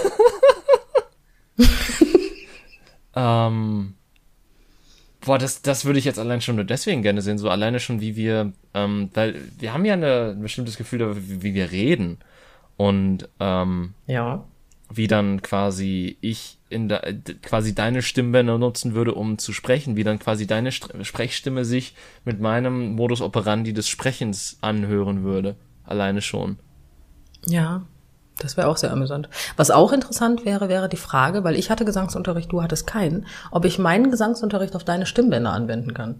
ähm, boah, das, das würde ich jetzt allein schon nur deswegen gerne sehen, so alleine schon, wie wir, ähm, weil wir haben ja eine, ein bestimmtes Gefühl darüber, wie, wie wir reden und ähm, ja. wie dann quasi ich in de, quasi deine Stimmbänder nutzen würde, um zu sprechen, wie dann quasi deine St- Sprechstimme sich mit meinem Modus operandi des Sprechens anhören würde. Alleine schon. Ja, das wäre auch sehr amüsant. Was auch interessant wäre, wäre die Frage, weil ich hatte Gesangsunterricht, du hattest keinen, ob ich meinen Gesangsunterricht auf deine Stimmbänder anwenden kann.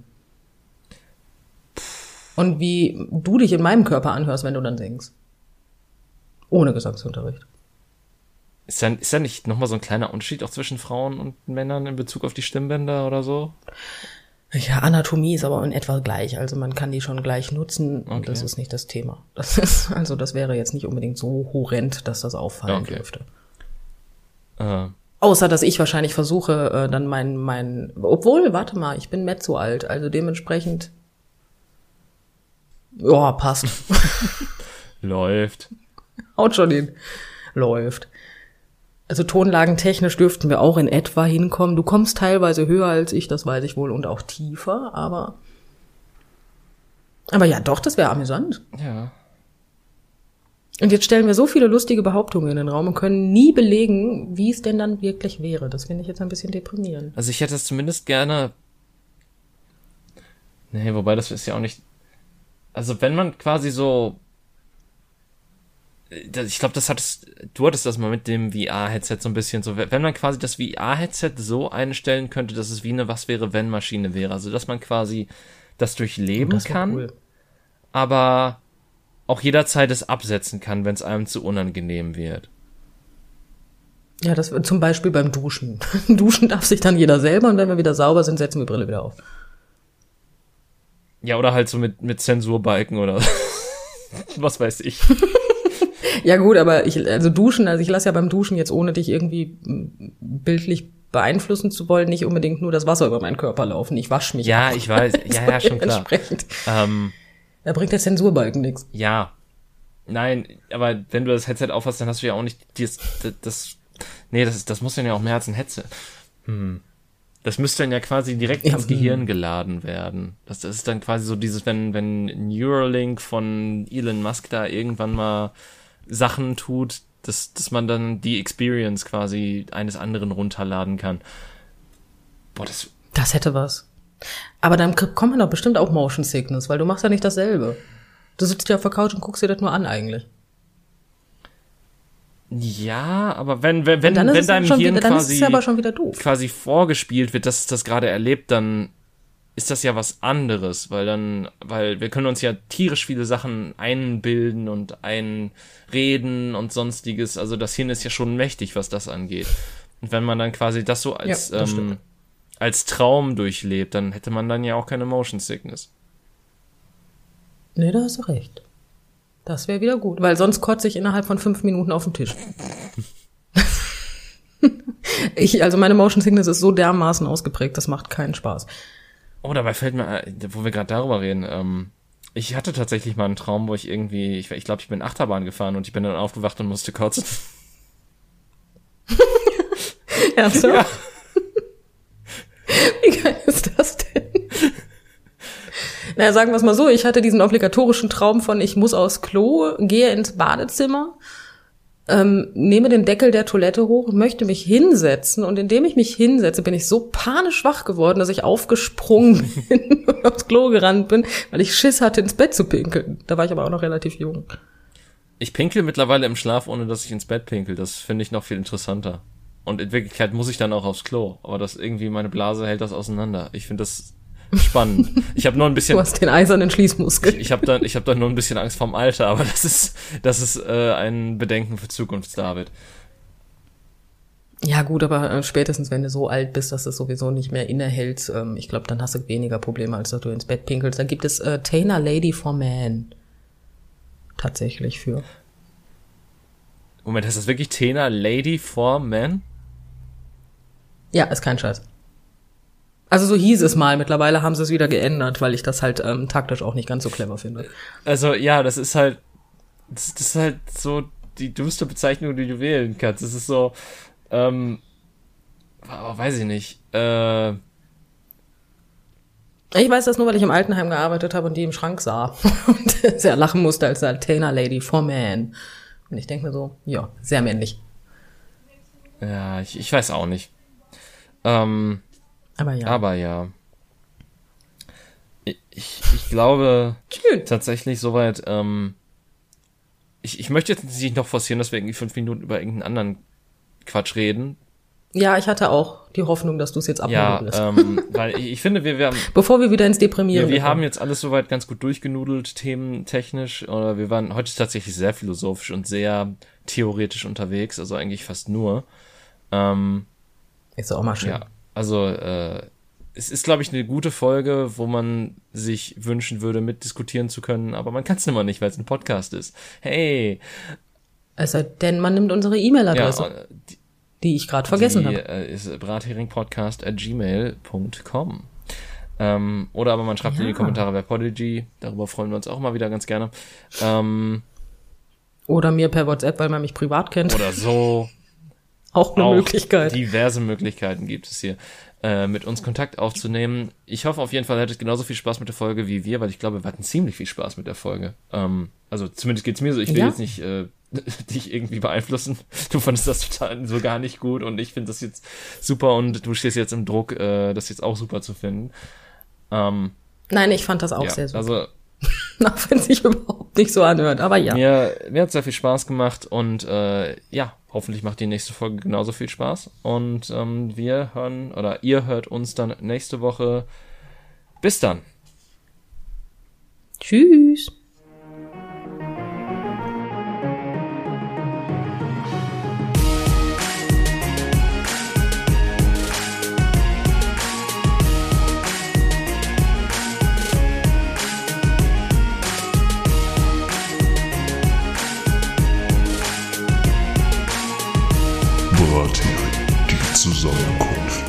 Und wie du dich in meinem Körper anhörst, wenn du dann singst. Ohne Gesangsunterricht. Ist da, ist da nicht nochmal so ein kleiner Unterschied auch zwischen Frauen und Männern in Bezug auf die Stimmbänder oder so? Ja, Anatomie ist aber in etwa gleich. Also man kann die schon gleich nutzen und okay. Das ist nicht das Thema. Das ist, also das wäre jetzt nicht unbedingt so horrend, dass das auffallen okay. dürfte. Uh. Außer, dass ich wahrscheinlich versuche, äh, dann mein, mein, obwohl, warte mal, ich bin mezzo alt, also dementsprechend, ja, passt. Läuft. Haut schon hin. Läuft. Also tonlagentechnisch dürften wir auch in etwa hinkommen. Du kommst teilweise höher als ich, das weiß ich wohl, und auch tiefer, aber aber ja, doch, das wäre amüsant. Ja. Und jetzt stellen wir so viele lustige Behauptungen in den Raum und können nie belegen, wie es denn dann wirklich wäre. Das finde ich jetzt ein bisschen deprimierend. Also ich hätte es zumindest gerne, nee, wobei das ist ja auch nicht, also wenn man quasi so, ich glaube, das hattest, du hattest das mal mit dem V R-Headset so ein bisschen so, wenn man quasi das V R-Headset so einstellen könnte, dass es wie eine Was-wäre-wenn-Maschine wäre, also dass man quasi das durchleben das kann, cool. aber auch jederzeit es absetzen kann, wenn es einem zu unangenehm wird. Ja, das zum Beispiel beim Duschen. Duschen darf sich dann jeder selber und wenn wir wieder sauber sind, setzen wir die Brille wieder auf. Ja, oder halt so mit, mit Zensurbalken oder was weiß ich. Ja gut, aber ich, also duschen, also ich lasse ja beim Duschen jetzt, ohne dich irgendwie bildlich beeinflussen zu wollen, nicht unbedingt nur das Wasser über meinen Körper laufen. Ich wasche mich. Ja, auch. ich weiß. Ja, ja, schon klar. Entsprechend. Ähm, da bringt der Zensurbalken nichts. Ja. Nein, aber wenn du das Headset aufhast, dann hast du ja auch nicht das, das, das nee, das, das muss dann ja auch mehr als ein Headset. Hm. Das müsste dann ja quasi direkt ja, ins Gehirn hm. geladen werden. Das, das ist dann quasi so dieses, wenn, wenn Neuralink von Elon Musk da irgendwann mal Sachen tut, dass, dass man dann die Experience quasi eines anderen runterladen kann. Boah, das... Das hätte was. Aber dann kommt man doch bestimmt auch Motion Sickness, weil du machst ja nicht dasselbe. Du sitzt ja auf der Couch und guckst dir das nur an eigentlich. Ja, aber wenn, wenn, wenn, wenn wenn deinem Hirn wieder, dann quasi, ist es aber schon wieder doof. quasi vorgespielt wird, dass es das gerade erlebt, dann ist das ja was anderes, weil dann, weil wir können uns ja tierisch viele Sachen einbilden und einreden und sonstiges, also das Hirn ist ja schon mächtig, was das angeht. Und wenn man dann quasi das so als, ja, das ähm, als Traum durchlebt, dann hätte man dann ja auch keine Motion Sickness. Nee, da hast du recht. Das wäre wieder gut, weil sonst kotze ich innerhalb von fünf Minuten auf den Tisch. ich, also meine Motion Sickness ist so dermaßen ausgeprägt, das macht keinen Spaß. Oh, dabei fällt mir, wo wir gerade darüber reden, ähm, ich hatte tatsächlich mal einen Traum, wo ich irgendwie, ich, ich glaube, ich bin Achterbahn gefahren und ich bin dann aufgewacht und musste kotzen. Ernsthaft? Ja. Wie geil ist das denn? Naja, sagen wir es mal so, ich hatte diesen obligatorischen Traum von, ich muss aufs Klo, gehe ins Badezimmer, ähm, nehme den Deckel der Toilette hoch, möchte mich hinsetzen und indem ich mich hinsetze, bin ich so panisch wach geworden, dass ich aufgesprungen bin und aufs Klo gerannt bin, weil ich Schiss hatte, ins Bett zu pinkeln. Da war ich aber auch noch relativ jung. Ich pinkel mittlerweile im Schlaf, ohne dass ich ins Bett pinkel. Das finde ich noch viel interessanter. Und in Wirklichkeit muss ich dann auch aufs Klo. Aber das irgendwie, meine Blase hält das auseinander. Ich finde das spannend. Ich habe nur ein bisschen. Du hast den eisernen Schließmuskel. Ich, ich habe dann, ich habe dann nur ein bisschen Angst vorm Alter, aber das ist, das ist äh, ein Bedenken für Zukunfts-David. Ja gut, aber äh, spätestens wenn du so alt bist, dass du es sowieso nicht mehr innehältst, ähm, ich glaube, dann hast du weniger Probleme, als dass du ins Bett pinkelst. Da gibt es äh, Tainer Lady for Man tatsächlich für. Moment, heißt das wirklich Tena Lady for Men? Ja, ist kein Scheiß. Also so hieß es mal, mittlerweile haben sie es wieder geändert, weil ich das halt ähm, taktisch auch nicht ganz so clever finde. Also ja, das ist halt, das, das ist halt so die dümmste Bezeichnung, die du wählen kannst. Das ist so, ähm, oh, weiß ich nicht. Äh, ich weiß das nur, weil ich im Altenheim gearbeitet habe und die im Schrank sah und sehr lachen musste, als da Tena Lady for Man. Und ich denke mir so, ja, sehr männlich. Ja, ich, ich weiß auch nicht. Ähm, aber ja. Aber ja. Ich, ich glaube Schön. tatsächlich soweit, ähm, ich, ich möchte jetzt nicht noch forcieren, dass wir irgendwie fünf Minuten über irgendeinen anderen Quatsch reden. Ja, ich hatte auch die Hoffnung, dass du es jetzt abmoderierst. Ja, ähm, weil ich, ich finde, wir, wir haben... Bevor wir wieder ins Deprimieren Wir, wir haben jetzt alles soweit ganz gut durchgenudelt, thementechnisch. Oder wir waren heute tatsächlich sehr philosophisch und sehr theoretisch unterwegs, also eigentlich fast nur. Ähm, Ist auch mal schön. Ja, also äh, es ist, glaube ich, eine gute Folge, wo man sich wünschen würde, mitdiskutieren zu können, aber man kann es immer nicht, weil es ein Podcast ist. Hey! Also, denn man nimmt unsere E-Mail-Adresse, Ja, die, die ich gerade vergessen die, habe. äh, ist bratheringpodcast at gmail punkt com. Ähm, oder aber man schreibt Ja. in die Kommentare bei Podigy, darüber freuen wir uns auch mal wieder ganz gerne. Ähm, Oder mir per WhatsApp, weil man mich privat kennt. oder so. Auch eine Auch Möglichkeit. Diverse Möglichkeiten gibt es hier, äh, mit uns Kontakt aufzunehmen. Ich hoffe auf jeden Fall, ihr hattet genauso viel Spaß mit der Folge wie wir, weil ich glaube, wir hatten ziemlich viel Spaß mit der Folge. Ähm, also zumindest geht's mir so. Ich will Ja. jetzt nicht äh, dich irgendwie beeinflussen. Du fandest das total so gar nicht gut und ich finde das jetzt super und du stehst jetzt im Druck, äh, das jetzt auch super zu finden. Ähm, Nein, ich fand das auch ja, sehr super. also Auch wenn es sich überhaupt nicht so anhört, aber ja. Mir, mir hat sehr viel Spaß gemacht und äh, ja, hoffentlich macht die nächste Folge genauso viel Spaß. Und ähm, wir hören, oder ihr hört uns dann nächste Woche. Bis dann. Tschüss. Brathering, die Zusammenkunft.